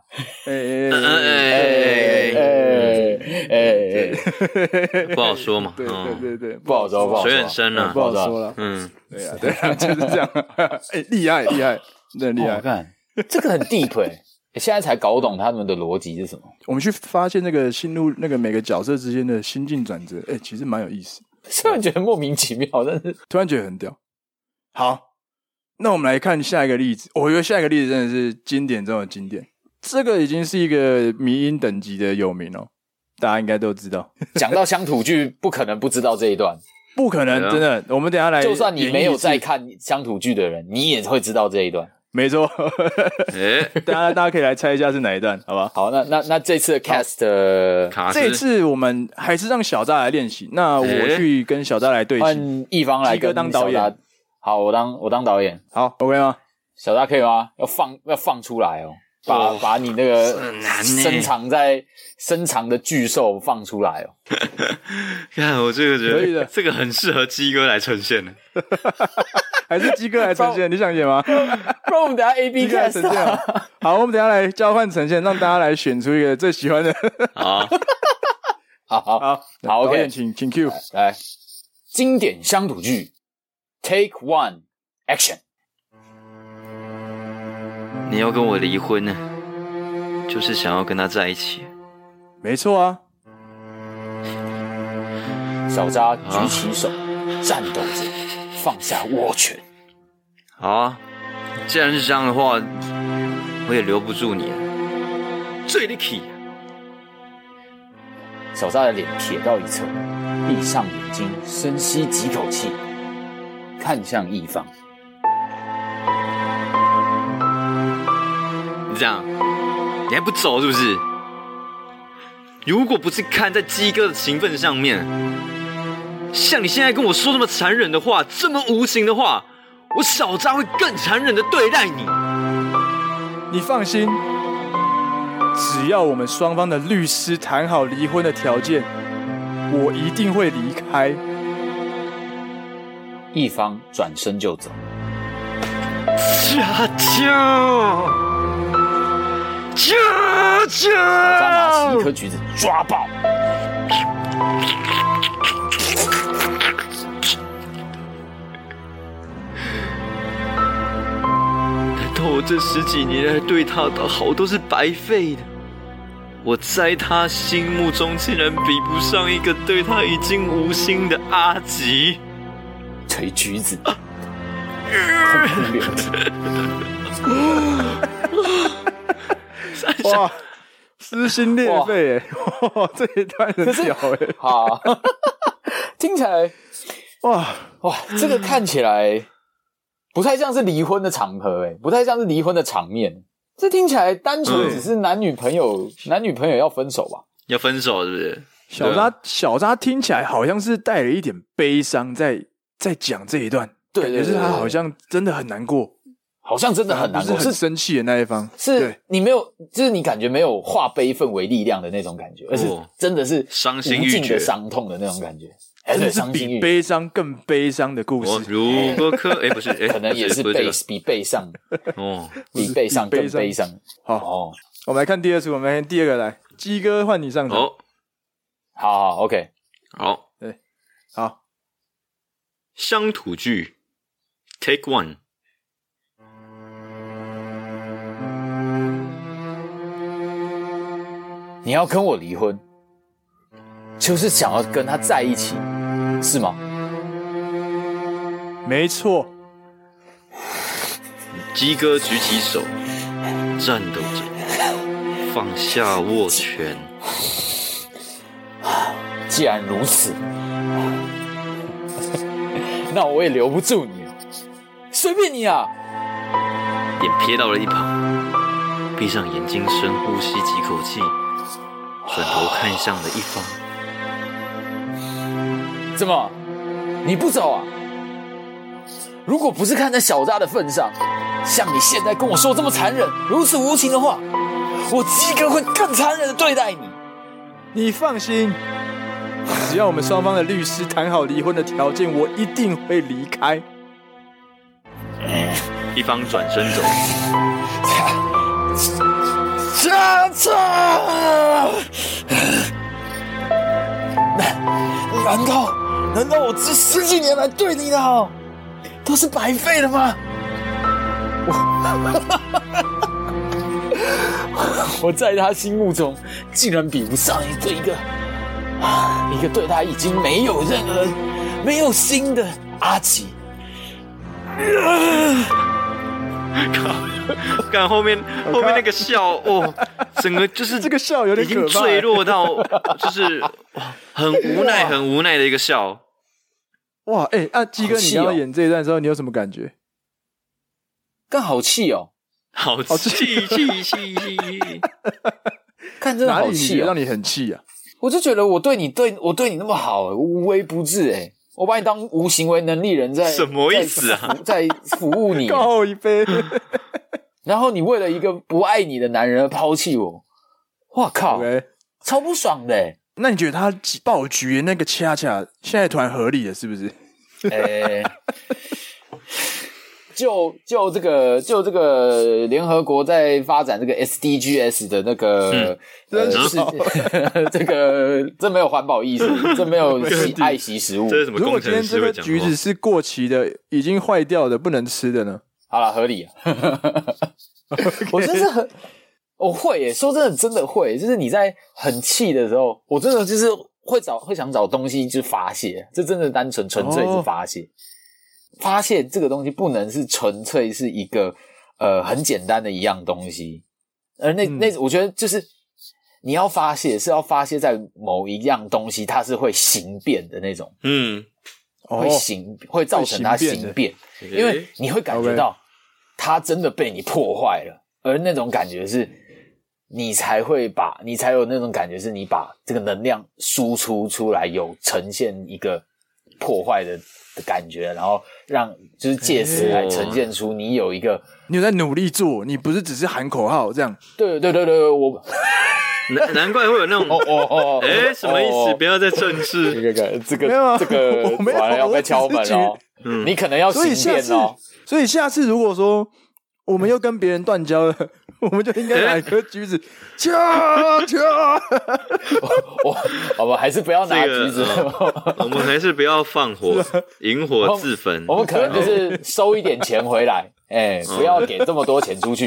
不好说嘛。 对， 不好说， 水很深啊， 不好说了。对啊，就是这样。厉害，真的厉害。 看这个很 deep 现在才搞懂他们的逻辑是什么。 我们去发现那个心路那个每个角色之间的心境转折，其实蛮有意思。 虽然觉得莫名其妙，但是突然觉得很屌。好。那我们来看下一个例子，我觉得下一个例子真的是经典中的经典，这个已经是一个迷因等级的有名哦，大家应该都知道。 讲到乡土剧，不可能不知道这一段， 不可能，真的。我们等一下来， 就算你没有在看乡土剧的人，你也会知道这一段。 没错，大家可以来猜一下是哪一段，好不好？ 好，那这次的 cast 的这次我们还是让小扎来练习，那我去跟小扎来对戏， 换一方来跟当导演。 好，我当导演。 好 ，OK 吗？ 小扎可以吗？要放出来哦，把你那个深藏的巨兽放出来哦。 看我这个觉可以的得这个很适合鸡哥来呈现的。 还是鸡哥来呈现？你想演吗？ 不然我们等一下 AB 来呈现啊。好，我们等一下来交换呈现，让大家来选出一个最喜欢的。 好 ，OK， 请 Q 来，经典乡土剧 ，Take One Action。 你要跟我离婚呢，就是想要跟他在一起。 没错啊。 小扎举起手，战斗着，放下握拳。 好啊，既然是这样的话，我也留不住你了。最力气。 小扎的脸撇到一侧，闭上眼睛，深吸几口气，看向一方。 你这样，你还不走是不是？如果不是看在鸡哥的情分上面，像你现在跟我说这么残忍的话，这么无情的话，我小扎会更残忍的对待你。 你放心，只要我们双方的律师谈好离婚的条件，我一定会离开。 一方转身就走。 家教，家教， 他拿起一颗橘子抓爆。 难道我这10几年来对他的好都是白费的？我在他心目中竟然比不上一个对他已经无心的阿吉。 推橘子， 哇，撕心裂肺哎！哇，这一段很屌哎！ 好，听起来哇，这个看起来不太像是离婚的场合哎，不太像是离婚的场面。这听起来单纯只是男女朋友要分手吧？ 要分手是不是？ 小扎听起来好像是带了一点悲伤在讲这一段， 对， 感觉是他好像真的很难过， 好像真的很难过， 是很生气的那一方， 是你没有，就是你感觉没有化悲愤为力量的那种感觉，而是真的是伤心欲绝、 无尽的伤痛的那种感觉， 对，是比悲伤更悲伤的故事。 如果不是， 可能也是比悲伤哦，比悲伤更悲伤。 好，我们来看第二出，我们来看第二个，来，鸡哥换你上场。 好 ，OK， 好， 对，好。 乡土剧 Take One。 你要跟我离婚，就是想要跟他在一起，是吗？ 没错。 鸡哥举起手，战斗着，放下握拳。 既然如此，那我也留不住你了，随便你啊！ 脸瞥到了一旁，闭上眼睛，深呼吸几口气，转头看向了一方。 怎么，你不走啊？如果不是看在小扎的份上，像你现在跟我说这么残忍、如此无情的话，我鸡哥会更残忍的对待你。 你放心。只要我们双方的律师谈好离婚的条件，我一定会离开。 一方转身走。 难道我这10几年来对你的好都是白费的吗？我在他心目中竟然比不上一个对他已经没有心的阿吉。 看后面那个笑哦，整个就是这个笑有点可怕， 已经坠落到就是很无奈的一个笑。 哇，鸡哥，你刚刚演这一段的时候，你有什么感觉？ 更好气哦， 好气， 看真的好气哦， 让你很气啊！ 我就觉得我对你那么好，无微不至我把你当无行为能力人在什么意思啊？ 在服务你， 告一杯。 然后你为了一个不爱你的男人而抛弃我，哇靠， Okay. 超不爽的那你觉得他爆菊的那个恰恰现在突然合理了，是不是？ 就这个联合国在发展这个 SDGs 的那个，这没有环保意识，这没有爱惜食物。 这是什么如果工程今天这个师会讲话？ 橘子是过期的、已经坏掉的、不能吃的呢？ 好啦，合理。我真是我会耶，说真的，真的会，就是你在很气的时候，我真的就是会想找东西就发泄，这真的纯粹是发泄。发现这个东西不能是纯粹是一个很简单的一样东西，而我觉得就是你要发泄是要发泄在某一样东西，它是会形变的那种，会造成它形变，因为你会感觉到它真的被你破坏了，而那种感觉是你才有那种感觉是你把这个能量输出出来，有呈现一个破坏的感觉，然后就是借此来呈现出你有一个， 你有在努力做，你不是只是喊口号这样。 对，我难怪会有那种什么意思？不要再政治这个完了要被敲门哦，你可能要行变哦。 所以下次如果说我们又跟别人断交了，我们就应该拿一颗橘子， 我们还是不要拿橘子， 我们还是不要放火，引火自焚。 我们可能就是收一点钱回来，不要给这么多钱出去，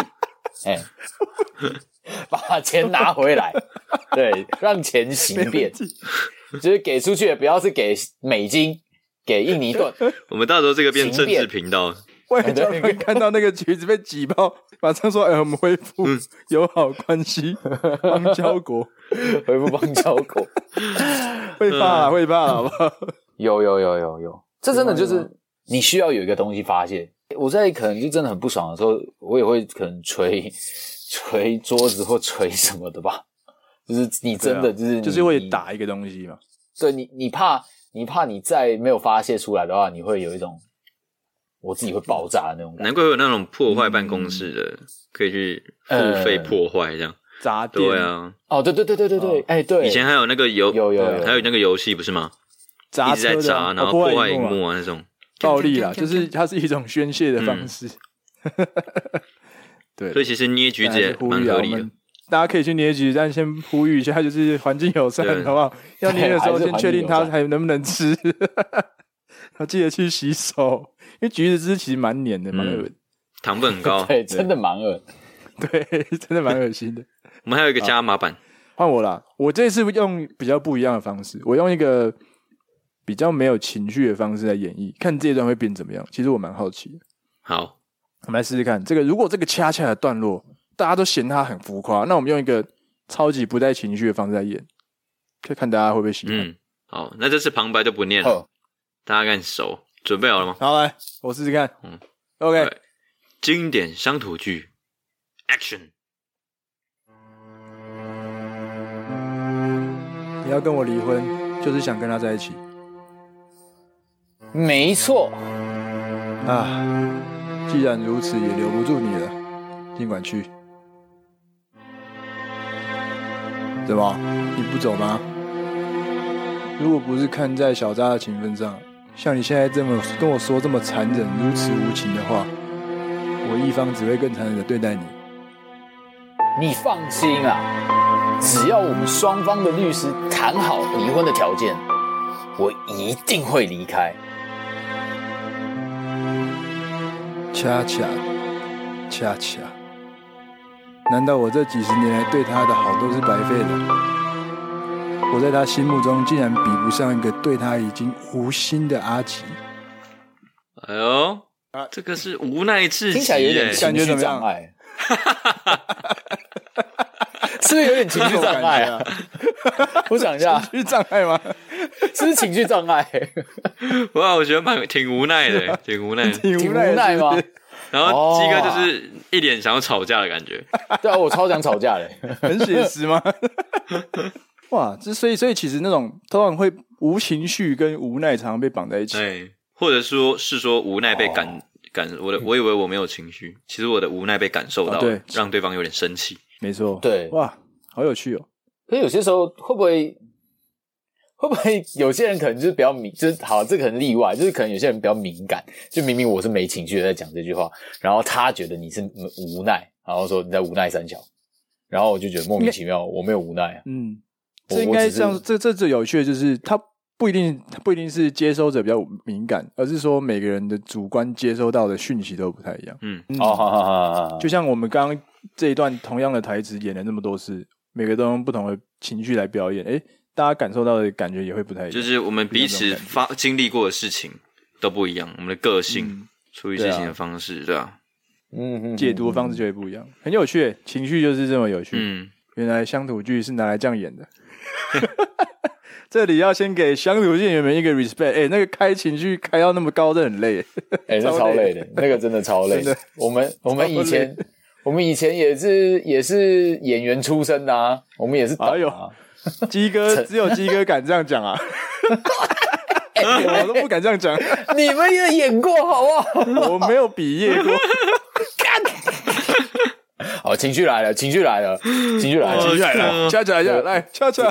把钱拿回来，对，让钱形变，就是给出去的不要是给美金，给印尼盾。 我们到时候这个变政治频道。 外交官看到那个橘子被挤爆，马上说：“我们恢复友好关系，邦交国， 恢复邦交国， 会怕了，好不好？” 有，这真的就是你需要有一个东西发泄。我在可能就真的很不爽的时候，我也会可能捶桌子或捶什么的吧。就是你真的就是会打一个东西嘛。 对你怕你再没有发泄出来的话，你会有一种。我自己会爆炸的那种感觉， 难怪会有那种破坏办公室的，可以去付费破坏这样。 砸店， 对啊， 对，对， 以前还有那个有还有那个游戏不是吗？一直在砸，然后破坏荧幕啊那种暴力啦，就是它是一种宣泄的方式。对， 所以其实捏橘子也蛮合理的。 大家可以去捏橘子，但先呼吁一下，就是环境友善，好不好？要捏的时候先确定它还能不能吃，要记得去洗手。因为橘子汁其实蛮黏的，蛮恶的， 糖分很高， 对，真的蛮恶， 对，真的蛮恶心的。 我们还有一个加码版， 换我啦！我这次用比较不一样的方式，我用一个比较没有情绪的方式来演绎，看这一段会变怎么样。其实我蛮好奇的。 好， 我们来试试看。如果这个恰恰的段落大家都嫌它很浮夸，那我们用一个超级不带情绪的方式来演，看大家会不会喜欢。 好，那这次旁白就不念了，大家看熟。准备好了吗？ 好，来，我试试看。OK， 经典乡土剧 ，Action！ 你要跟我离婚，就是想跟他在一起。 没错。 啊，既然如此，也留不住你了，尽管去。怎么？你不走吗？如果不是看在小扎的情分上。像你现在这么跟我说这么残忍、如此无情的话，我一方只会更残忍的对待你。 你放心啊，只要我们双方的律师谈好离婚的条件，我一定会离开。 恰恰，难道我这几十年来对他的好都是白费的？我在他心目中竟然比不上一个对他已经无心的阿吉。 哎呦，这个是无奈至极， 听起来有点情绪障碍，是不是有点情绪障碍啊？我想一下， 情绪障碍吗？ 是不是情绪障碍？ 哇，我觉得挺无奈的，挺无奈的， 挺无奈吗？ 然后鸡哥就是一脸想要吵架的感觉。 对啊，我超想吵架的， 很写实吗？哇，所以其实那种通常会无情绪跟无奈常常被绑在一起。 对，或者说是说无奈被感我以为我没有情绪，其实我的无奈被感受到了， 对， 让对方有点生气。 没错， 对， 哇，好有趣哦。 可是有些时候会不会有些人可能就是比较就是好，这可能例外，就是可能有些人比较敏感，就明明我是没情绪的在讲这句话，然后他觉得你是无奈，然后说你在无奈三小，然后我就觉得莫名其妙，我没有无奈啊。 这应该这样，这有趣的就是他不一定是接收者比较敏感，而是说每个人的主观接收到的讯息都不太一样。就像我们刚刚这一段同样的台词演了那么多次，每个都用不同的情绪来表演，大家感受到的感觉也会不太一样。 就是我们彼此经历过的事情都不一样，我们的个性、处理事情的方式，对啊， 解读的方式就会不一样，很有趣。情绪就是这么有趣。原来乡土剧是拿来这样演的。这里要先给乡土剧演员们一个 respect。那个开情绪开到那么高，真的很累。 那超累的，那个真的超累的。我们以前也是演员出身的啊，我们也是懂啊。 哎呦，鸡哥只有鸡哥敢这样讲啊。我都不敢这样讲。 你们也演过好不好？ 我没有毕业过。 好，情绪来了， 掐起来，来掐起来，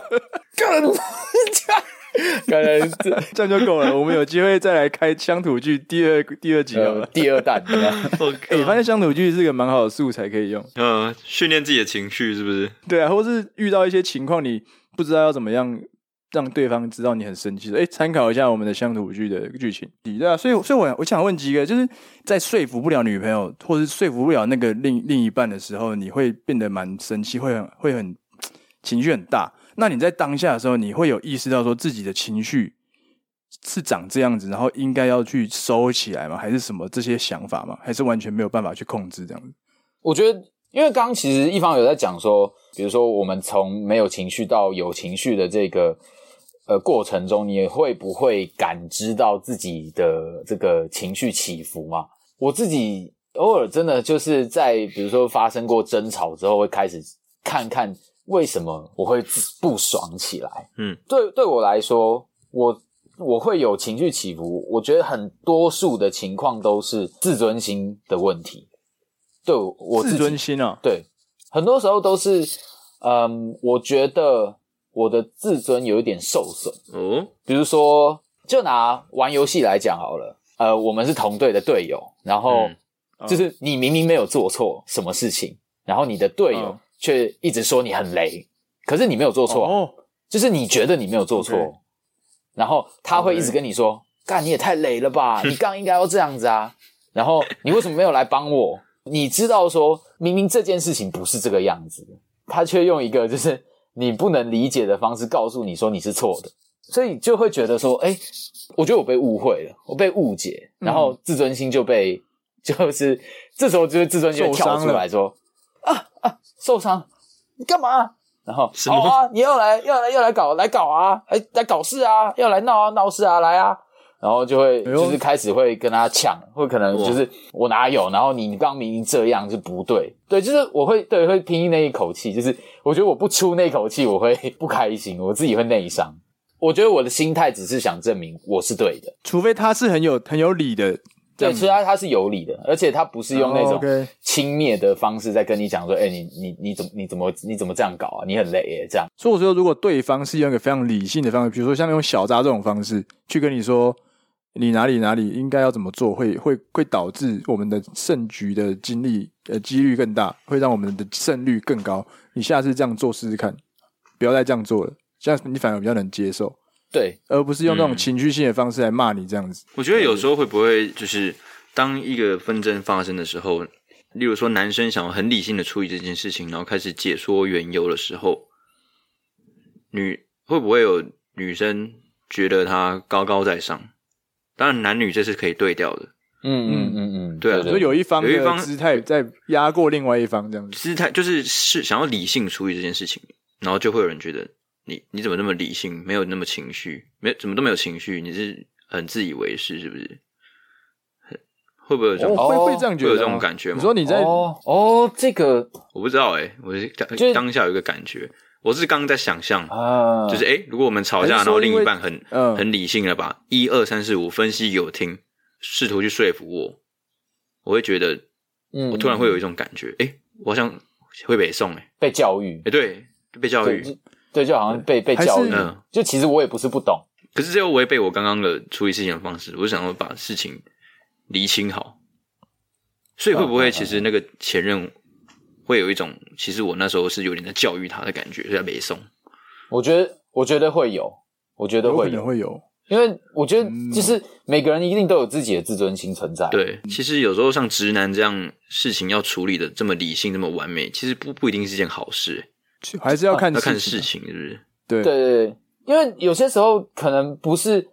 这样就够了。我们有机会再来开乡土剧第二集好了， 第二弹。 发现乡土剧是个蛮好的素材可以用。 训练自己的情绪是不是？ 对啊，或是遇到一些情况，你不知道要怎么样让对方知道你很生气的，参考一下我们的乡土剧的剧情。对啊，所以我想问几个，就是在说服不了女朋友，或是说服不了那个另一半的时候，你会变得蛮生气，会很情绪很大。那你在当下的时候，你会有意识到说自己的情绪是长这样子，然后应该要去收起来吗？还是什么这些想法吗？还是完全没有办法去控制这样子？ 我觉得，因为刚刚其实一方有在讲说，比如说我们从没有情绪到有情绪的这个过程中，你会不会感知到自己的这个情绪起伏嘛？我自己偶尔真的就是在比如说发生过争吵之后，会开始看看为什么我会不爽起来。对我来说，我会有情绪起伏，我觉得很多数的情况都是自尊心的问题。对我自己， 自尊心啊， 对，很多时候都是我觉得我的自尊有一点受损。比如说就拿玩游戏来讲好了，我们是同队的队友，然后就是你明明没有做错什么事情，然后你的队友却一直说你很雷，可是你没有做错，就是你觉得你没有做错，然后他会一直跟你说干你也太雷了吧，你刚应该要这样子啊，然后你为什么没有来帮我？你知道说明明这件事情不是这个样子，他却用一个就是你不能理解的方式告诉你说你是错的，所以就会觉得说我觉得我被误会了，我被误解，然后自尊心就是这时候就是自尊心就跳出来说受伤你干嘛？然后好啊，你要来搞啊，来搞事啊，要来闹事啊，来啊，然后就会就是开始会跟他抢，会可能就是我哪有，然后你刚明明这样就不对，对，就是我会拼那一口气，就是我觉得我不出那口气我会不开心，我自己会内伤。我觉得我的心态只是想证明我是对的， 除非他是很有理的。 对，其实他是有理的，而且他不是用那种轻蔑的方式在跟你讲说，你怎么这样搞啊？你很累耶，这样。 所以我说，如果对方是用一个非常理性的方式，比如说像用小扎这种方式去跟你说，你哪里应该要怎么做，会导致我们的胜局的几率更大，会让我们的胜率更高。你下次这样做试试看，不要再这样做了，这样你反而比较能接受。对，而不是用那种情绪性的方式来骂你这样子。 我觉得有时候会不会就是当一个纷争发生的时候，例如说男生想要很理性的处理这件事情，然后开始解说缘由的时候，会不会有女生觉得他高高在上？当然男女这是可以对调的。对啊， 所以有一方的姿态在压过另外一方这样子。 姿态就是想要理性处理这件事情，然后就会有人觉得你怎么那么理性，没有那么情绪，怎么都没有情绪，你是很自以为是是不是？ 会不会有这种？ 会这样觉得、 会有这种感觉吗？ 你说你在这个我不知道我当下有一个感觉，我是刚刚在想象就是如果我们吵架，然后另一半很理性的把1、2、3、4、5分析给我听，试图去说服我会觉得，我突然会有一种感觉，我好像会被送被教育， 对，被教育， 对，就好像被教育，就其实我也不是不懂， 可是这又违背我刚刚的处理事情的方式，我就想要把事情厘清好，所以会不会其实那个前任会有一种，其实我那时候是有点在教育他的感觉，所以他没送。我觉得会有，我觉得有可能会有， 因为我觉得就是每个人一定都有自己的自尊心存在。 对，其实有时候像直男这样事情要处理的这么理性、这么完美，其实不一定是件好事， 还是要看事情，是不是？ 对， 因为有些时候可能不是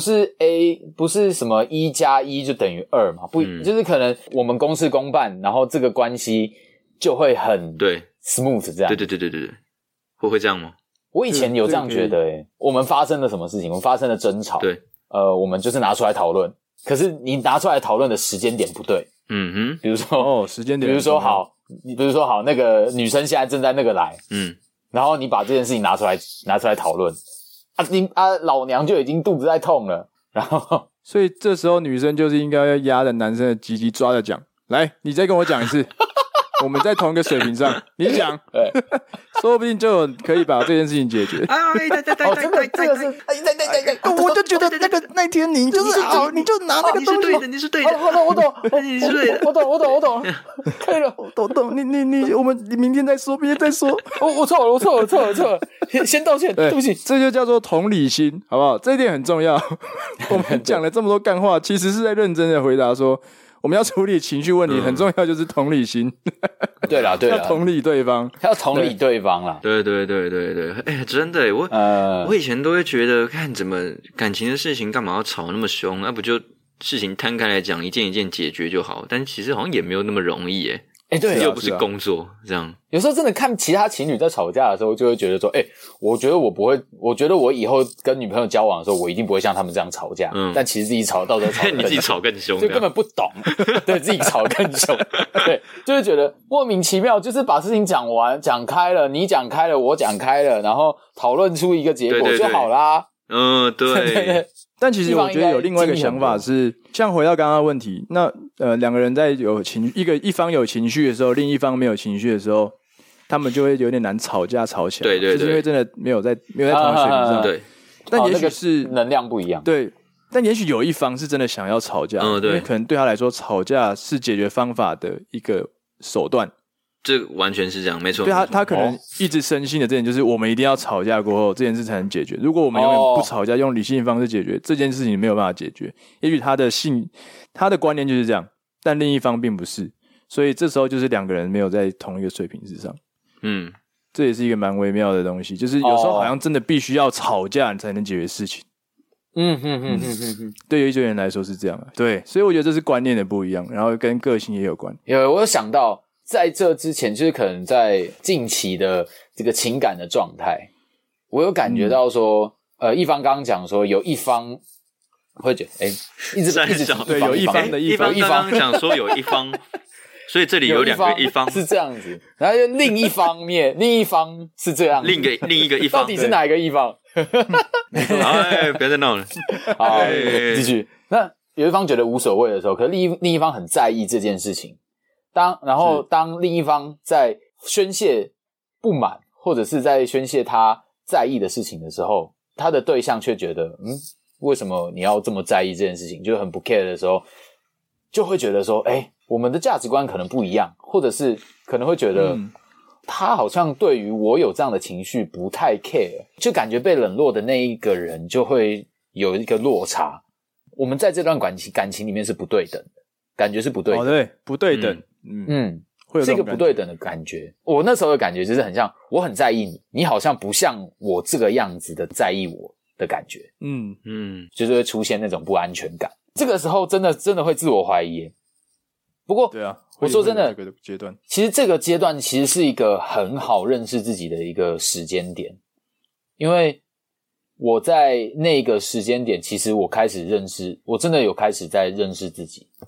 A， 不是什么1+1就等于2嘛，就是可能我们公事公办，然后这个关系就会很smooth 这样。 对，会这样吗？ 我以前有这样觉得我们发生了什么事情？我们发生了争吵， 对， 我们就是拿出来讨论，可是你拿出来讨论的时间点不对，比如说时间点， 比如说好，那个女生现在正在那个来，然后你把这件事情拿出来讨论，老娘就已经肚子在痛了，然后所以这时候女生就是应该要压着男生的鸡鸡抓着讲，来，你再跟我讲一次。我们在同一个水平上，你讲，说不定就可以把这件事情解决。 真的，这个是， 我就觉得那天你就是好，你就拿那个东西， 你是对的， 我懂，你是对的，我懂，可以了， 我懂，你，我们明天再说， 我错了，先道歉，对不起， 这就叫做同理心，好不好？这一点很重要。我们讲了这么多干话，其实是在认真的回答说。我们要处理情绪问题，很重要就是同理心。 对啦， 要同理对方， 要同理对方啦。 对，真的，我以前都会觉得，看怎么感情的事情干嘛要吵那么凶？那不就事情摊开来讲，一件一件解决就好？但其实好像也没有那么容易对， 又不是工作这样。 有时候真的看其他情侣在吵架的时候，就会觉得说，我觉得我不会，我觉得我以后跟女朋友交往的时候，我一定不会像他们这样吵架。但其实自己吵到时候吵你自己吵更凶， 就根本不懂，对自己吵更凶，对，就会觉得莫名其妙，就是把事情讲开了，你讲开了，我讲开了，然然后讨论出一个结果就好啦。 对。 但其实我觉得有另外一个想法是，像回到刚刚的问题，那两个人在有一方有情绪的时候，另一方没有情绪的时候，他们就会有点难吵架吵起来。 对， 就是因为真的没有在同一个水平上。 对， 但也许是能量不一样。 对，但也许有一方是真的想要吵架，因为可能对他来说，吵架是解决方法的一个手段。 这完全是这样，没错。 对他可能一直深信的这点就是，我们一定要吵架过后，这件事才能解决。如果我们永远不吵架，用理性的方式解决这件事情，没有办法解决。也许他的观念就是这样，但另一方并不是，所以这时候就是两个人没有在同一个水平之上。这也是一个蛮微妙的东西，就是有时候好像真的必须要吵架才能解决事情。对于一些人来说是这样。对，所以我觉得这是观念的不一样，然后跟个性也有关。 我有想到。在这之前，就是可能在近期的这个情感的状态，我有感觉到说，一方刚刚讲说有一方会觉得，一直对，有一方的一方刚刚讲说有一方，所以这里有两个一方是这样子，然后另一方面，另一方是这样子， 另一个一方到底是哪一个一方？ 不要再闹了， 好，继续。那有一方觉得无所谓的时候，可是另一方很在意这件事情。然后当另一方在宣泄不满，或者是在宣泄他在意的事情的时候，他的对象却觉得，为什么你要这么在意这件事情？就很不 care 的时候，就会觉得说，我们的价值观可能不一样，或者是可能会觉得，他好像对于我有这样的情绪不太 care， 就感觉被冷落的那一个人就会有一个落差。我们在这段感情里面是不对等的，感觉是不对等。 对，不对等。会有是一个不对等的感觉。我那时候的感觉就是很像，我很在意你，你好像不像我这个样子的在意我的感觉。就是会出现那种不安全感。这个时候真的会自我怀疑。不过， 对啊， 我说真的， 这个阶段其实这个阶段其实是一个很好认识自己的一个时间点，因为我在那个时间点，其实我真的有开始在认识自己。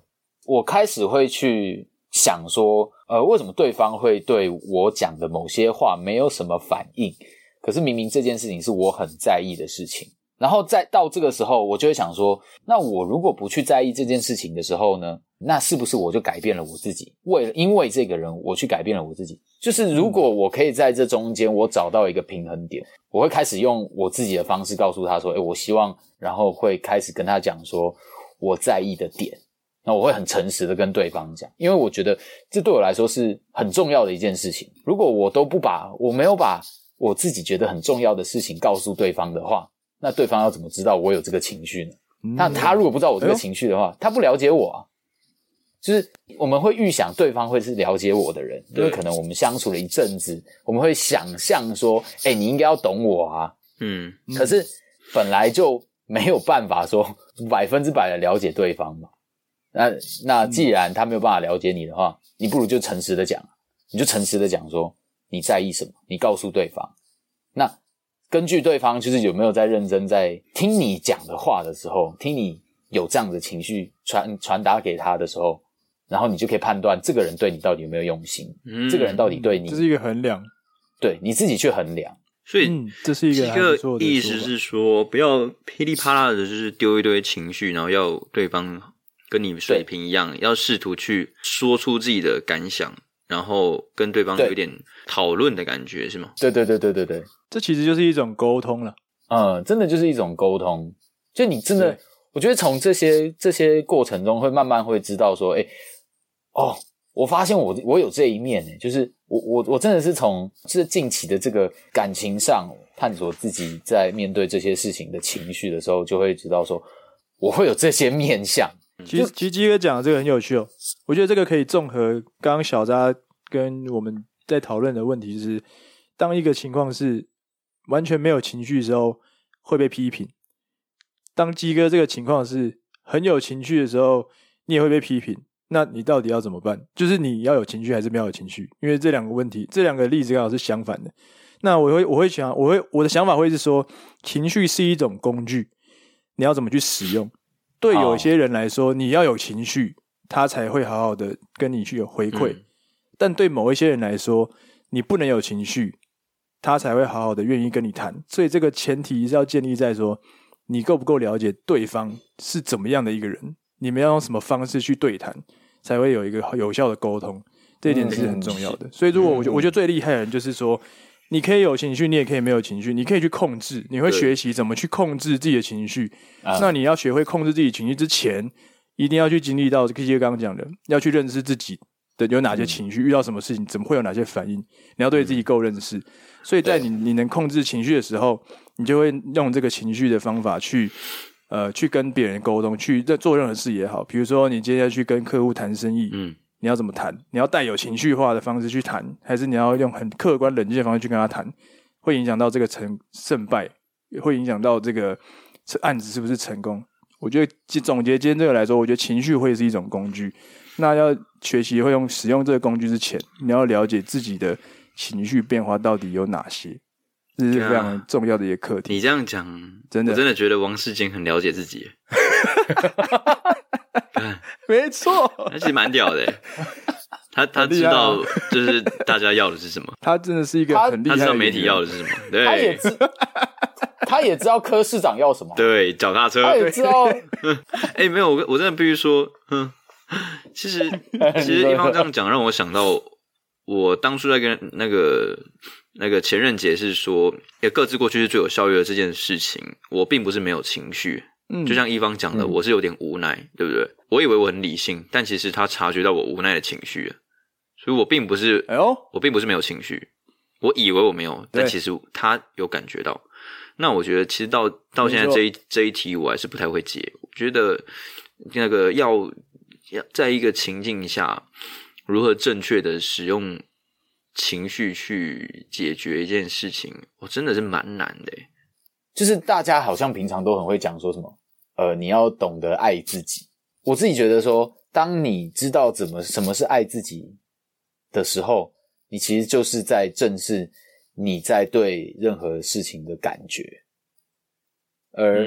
我开始会去想说，为什么对方会对我讲的某些话没有什么反应？可是明明这件事情是我很在意的事情。然后再到这个时候，我就会想说，那我如果不去在意这件事情的时候呢，那是不是我就改变了我自己？因为这个人，我去改变了我自己。就是如果我可以在这中间我找到一个平衡点，我会开始用我自己的方式告诉他说，我希望，然后会开始跟他讲说我在意的点。那我会很诚实的跟对方讲，因为我觉得这对我来说是很重要的一件事情。如果我没有把我自己觉得很重要的事情告诉对方的话，那对方要怎么知道我有这个情绪呢？那他如果不知道我这个情绪的话，他不了解我啊。就是我们会预想对方会是了解我的人，因为可能我们相处了一阵子，我们会想象说，你应该要懂我啊。可是本来就没有办法说100%的了解对方嘛。那既然他没有办法了解你的话，你不如就诚实的讲，你就诚实的讲说你在意什么，你告诉对方。那根据对方就是有没有在认真在听你讲的话的时候，听你有这样的情绪传达给他的时候，然后你就可以判断这个人对你到底有没有用心，这个人到底对你， 这是一个衡量， 对，你自己去衡量。 所以这是一个还不错的意思是说，不要噼里啪啦的就是丢一堆情绪，然后要对方跟你水平一样，要试图去说出自己的感想，然后跟对方有一点讨论的感觉，是吗？ 对， 这其实就是一种沟通了。 真的就是一种沟通。就你真的，我觉得从这些过程中会慢慢会知道说，我发现我有这一面就是我真的是从这近期的这个感情上探索自己在面对这些事情的情绪的时候，就会知道说我会有这些面向。 其实基哥讲的这个很有趣哦，我觉得这个可以综合刚刚小扎跟我们在讨论的问题，就是当一个情况是完全没有情绪的时候会被批评，当基哥这个情况是很有情绪的时候你也会被批评，那你到底要怎么办？就是你要有情绪还是没有情绪？因为这两个问题，这两个例子刚好是相反的。那我的想法会是说，情绪是一种工具，你要怎么去使用？对有些人来说，你要有情绪，他才会好好的跟你去有回馈。但对某一些人来说，你不能有情绪，他才会好好的愿意跟你谈。所以这个前提是要建立在说，你够不够了解对方是怎么样的一个人，你们要用什么方式去对谈，才会有一个有效的沟通。这一点是很重要的。所以如果我觉得最厉害的人就是说，你可以有情绪，你也可以没有情绪，你可以去控制，你会学习怎么去控制自己的情绪。那你要学会控制自己情绪之前，一定要去经历到这些刚刚讲的，要去认识自己的有哪些情绪，遇到什么事情怎么会有哪些反应，你要对自己够认识。所以在你能控制情绪的时候，你就会用这个情绪的方法去跟别人沟通，去做任何事也好。比如说你接下去跟客户谈生意，你要怎么谈？你要带有情绪化的方式去谈，还是你要用很客观冷静的方式去跟他谈？会影响到这个胜败，会影响到这个案子是不是成功。我觉得总结今天这个来说，我觉得情绪会是一种工具。那要学习会使用这个工具之前，你要了解自己的情绪变化到底有哪些，这是非常重要的一个课题。 你这样讲， 真的， 我真的觉得王世坚很了解自己。 没错， 他其实蛮屌的。他知道就是大家要的是什么。 他真的是一个很厉害的人， 他知道媒体要的是什么。对， 他也知道柯市长要什么。 对，脚踏车。 他也知道。 没有，我真的必须说，其实一方这样讲，让我想到我当初在跟那个前任解释说，各自过去是最有效率的这件事情，我并不是没有情绪。就像一方讲的，我是有点无奈，对不对？我以为我很理性，但其实他察觉到我无奈的情绪了，所以我并不是没有情绪，我以为我没有，但其实他有感觉到。那我觉得其实到现在这一题我还是不太会解。我觉得那个要在一个情境下如何正确的使用情绪去解决一件事情，我真的是蛮难的。 就是大家好像平常都很会讲说什么你要懂得爱自己。我自己觉得说，当你知道什么是爱自己的时候，你其实就是在正视你在对任何事情的感觉。而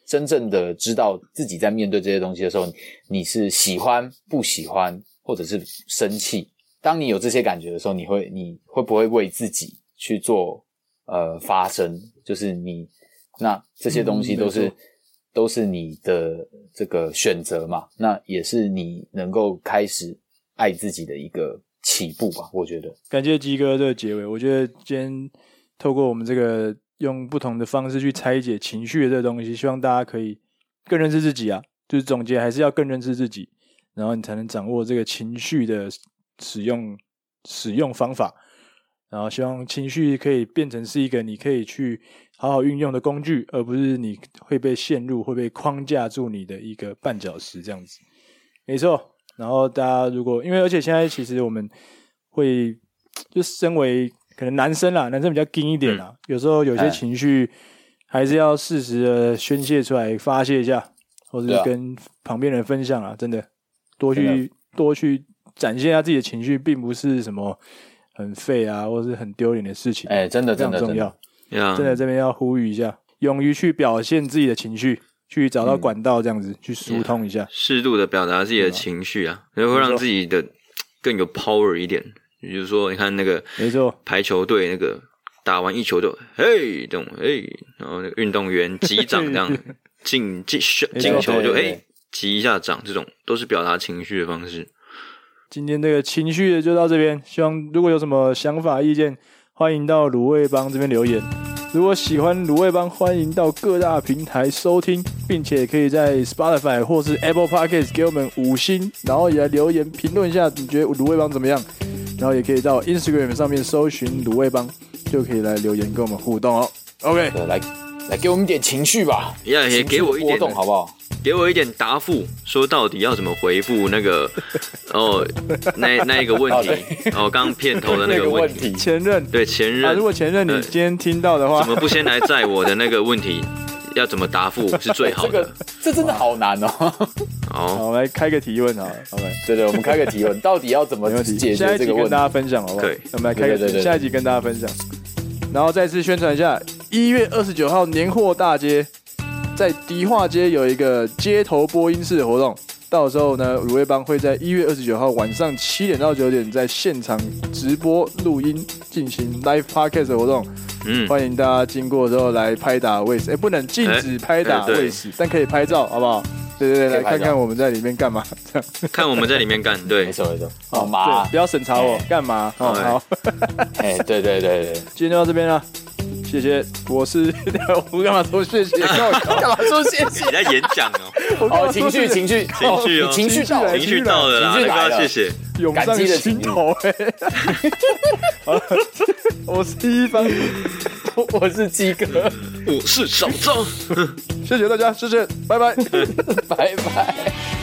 真正的知道自己在面对这些东西的时候，你是喜欢、不喜欢，或者是生气。当你有这些感觉的时候，你会不会为自己去做发声？就是那这些东西都是你的这个选择嘛，那也是你能够开始爱自己的一个起步吧，我觉得。 感谢鸡哥这个结尾，我觉得今天透过我们这个用不同的方式去拆解情绪的这个东西，希望大家可以更认识自己啊，就是总结还是要更认识自己，然后你才能掌握这个情绪的使用方法，然后希望情绪可以变成是一个你可以去好好运用的工具，而不是你会被陷入、会被框架住你的一个绊脚石这样子。没错，然后大家而且现在其实我们会就身为可能男生比较硬一点啦，有时候有些情绪还是要适时的宣泄出来发泄一下，或者是跟旁边人分享啦，真的多去展现一下自己的情绪，并不是什么很废啊，或是很丢脸的事情。 真的非常重要。 真的这边要呼吁一下，勇于去表现自己的情绪，去找到管道这样子，去疏通一下， 适度的表达自己的情绪啊，会让自己的更有 power 一点。比如说，你看那个没错排球队那个打完一球就嘿这种然后那个运动员击掌这样进球就击一下掌，这种都是表达情绪的方式。 今天这个情绪的就到这边，希望如果有什么想法意见，欢迎到卤味帮这边留言。如果喜欢卤味帮，欢迎到各大平台收听，并且可以在 Spotify 或是 Apple Podcast 给我们5星，然后也来留言评论一下你觉得卤味帮怎么样，然后也可以到 Instagram 上面搜寻卤味帮，就可以来留言跟我们互动哦。OK， 来给我们点情绪吧， 也给我一点波动好不好？ 给我一点答复，说到底要怎么回复那个那一个问题刚刚片头的那个问题， 前任对前任如果前任你今天听到的话， 怎么不先来载我的那个问题，要怎么答复是最好的？ 这真的好难哦。 好，我们来开个提问好了。 对，我们开个提问，到底要怎么解决这个问题？ 下一集跟大家分享好不好？我们来开个下一集跟大家分享。然后再次宣传一下，1月29号年货大街。在迪化街有一个街头播音室的活动，到时候呢，卤味帮会在1月29号晚上7点到9点在现场直播录音进行 live podcast 的活动。欢迎大家经过之后来拍打喂食，不能禁止拍打喂食，但可以拍照，好不好？对，来看看我们在里面干嘛，这样看我们在里面干，对， 没错。好嘛， 不要审查我干嘛？好， 对， 今天就到这边了。谢谢，我干嘛说谢谢？干嘛说谢谢？ 你在演讲哦。 情绪到了，情绪到了，谢谢， 涌上心头好，我是一帆， 我是鸡哥， 我是小张， 谢谢大家，谢谢，拜拜， 拜拜。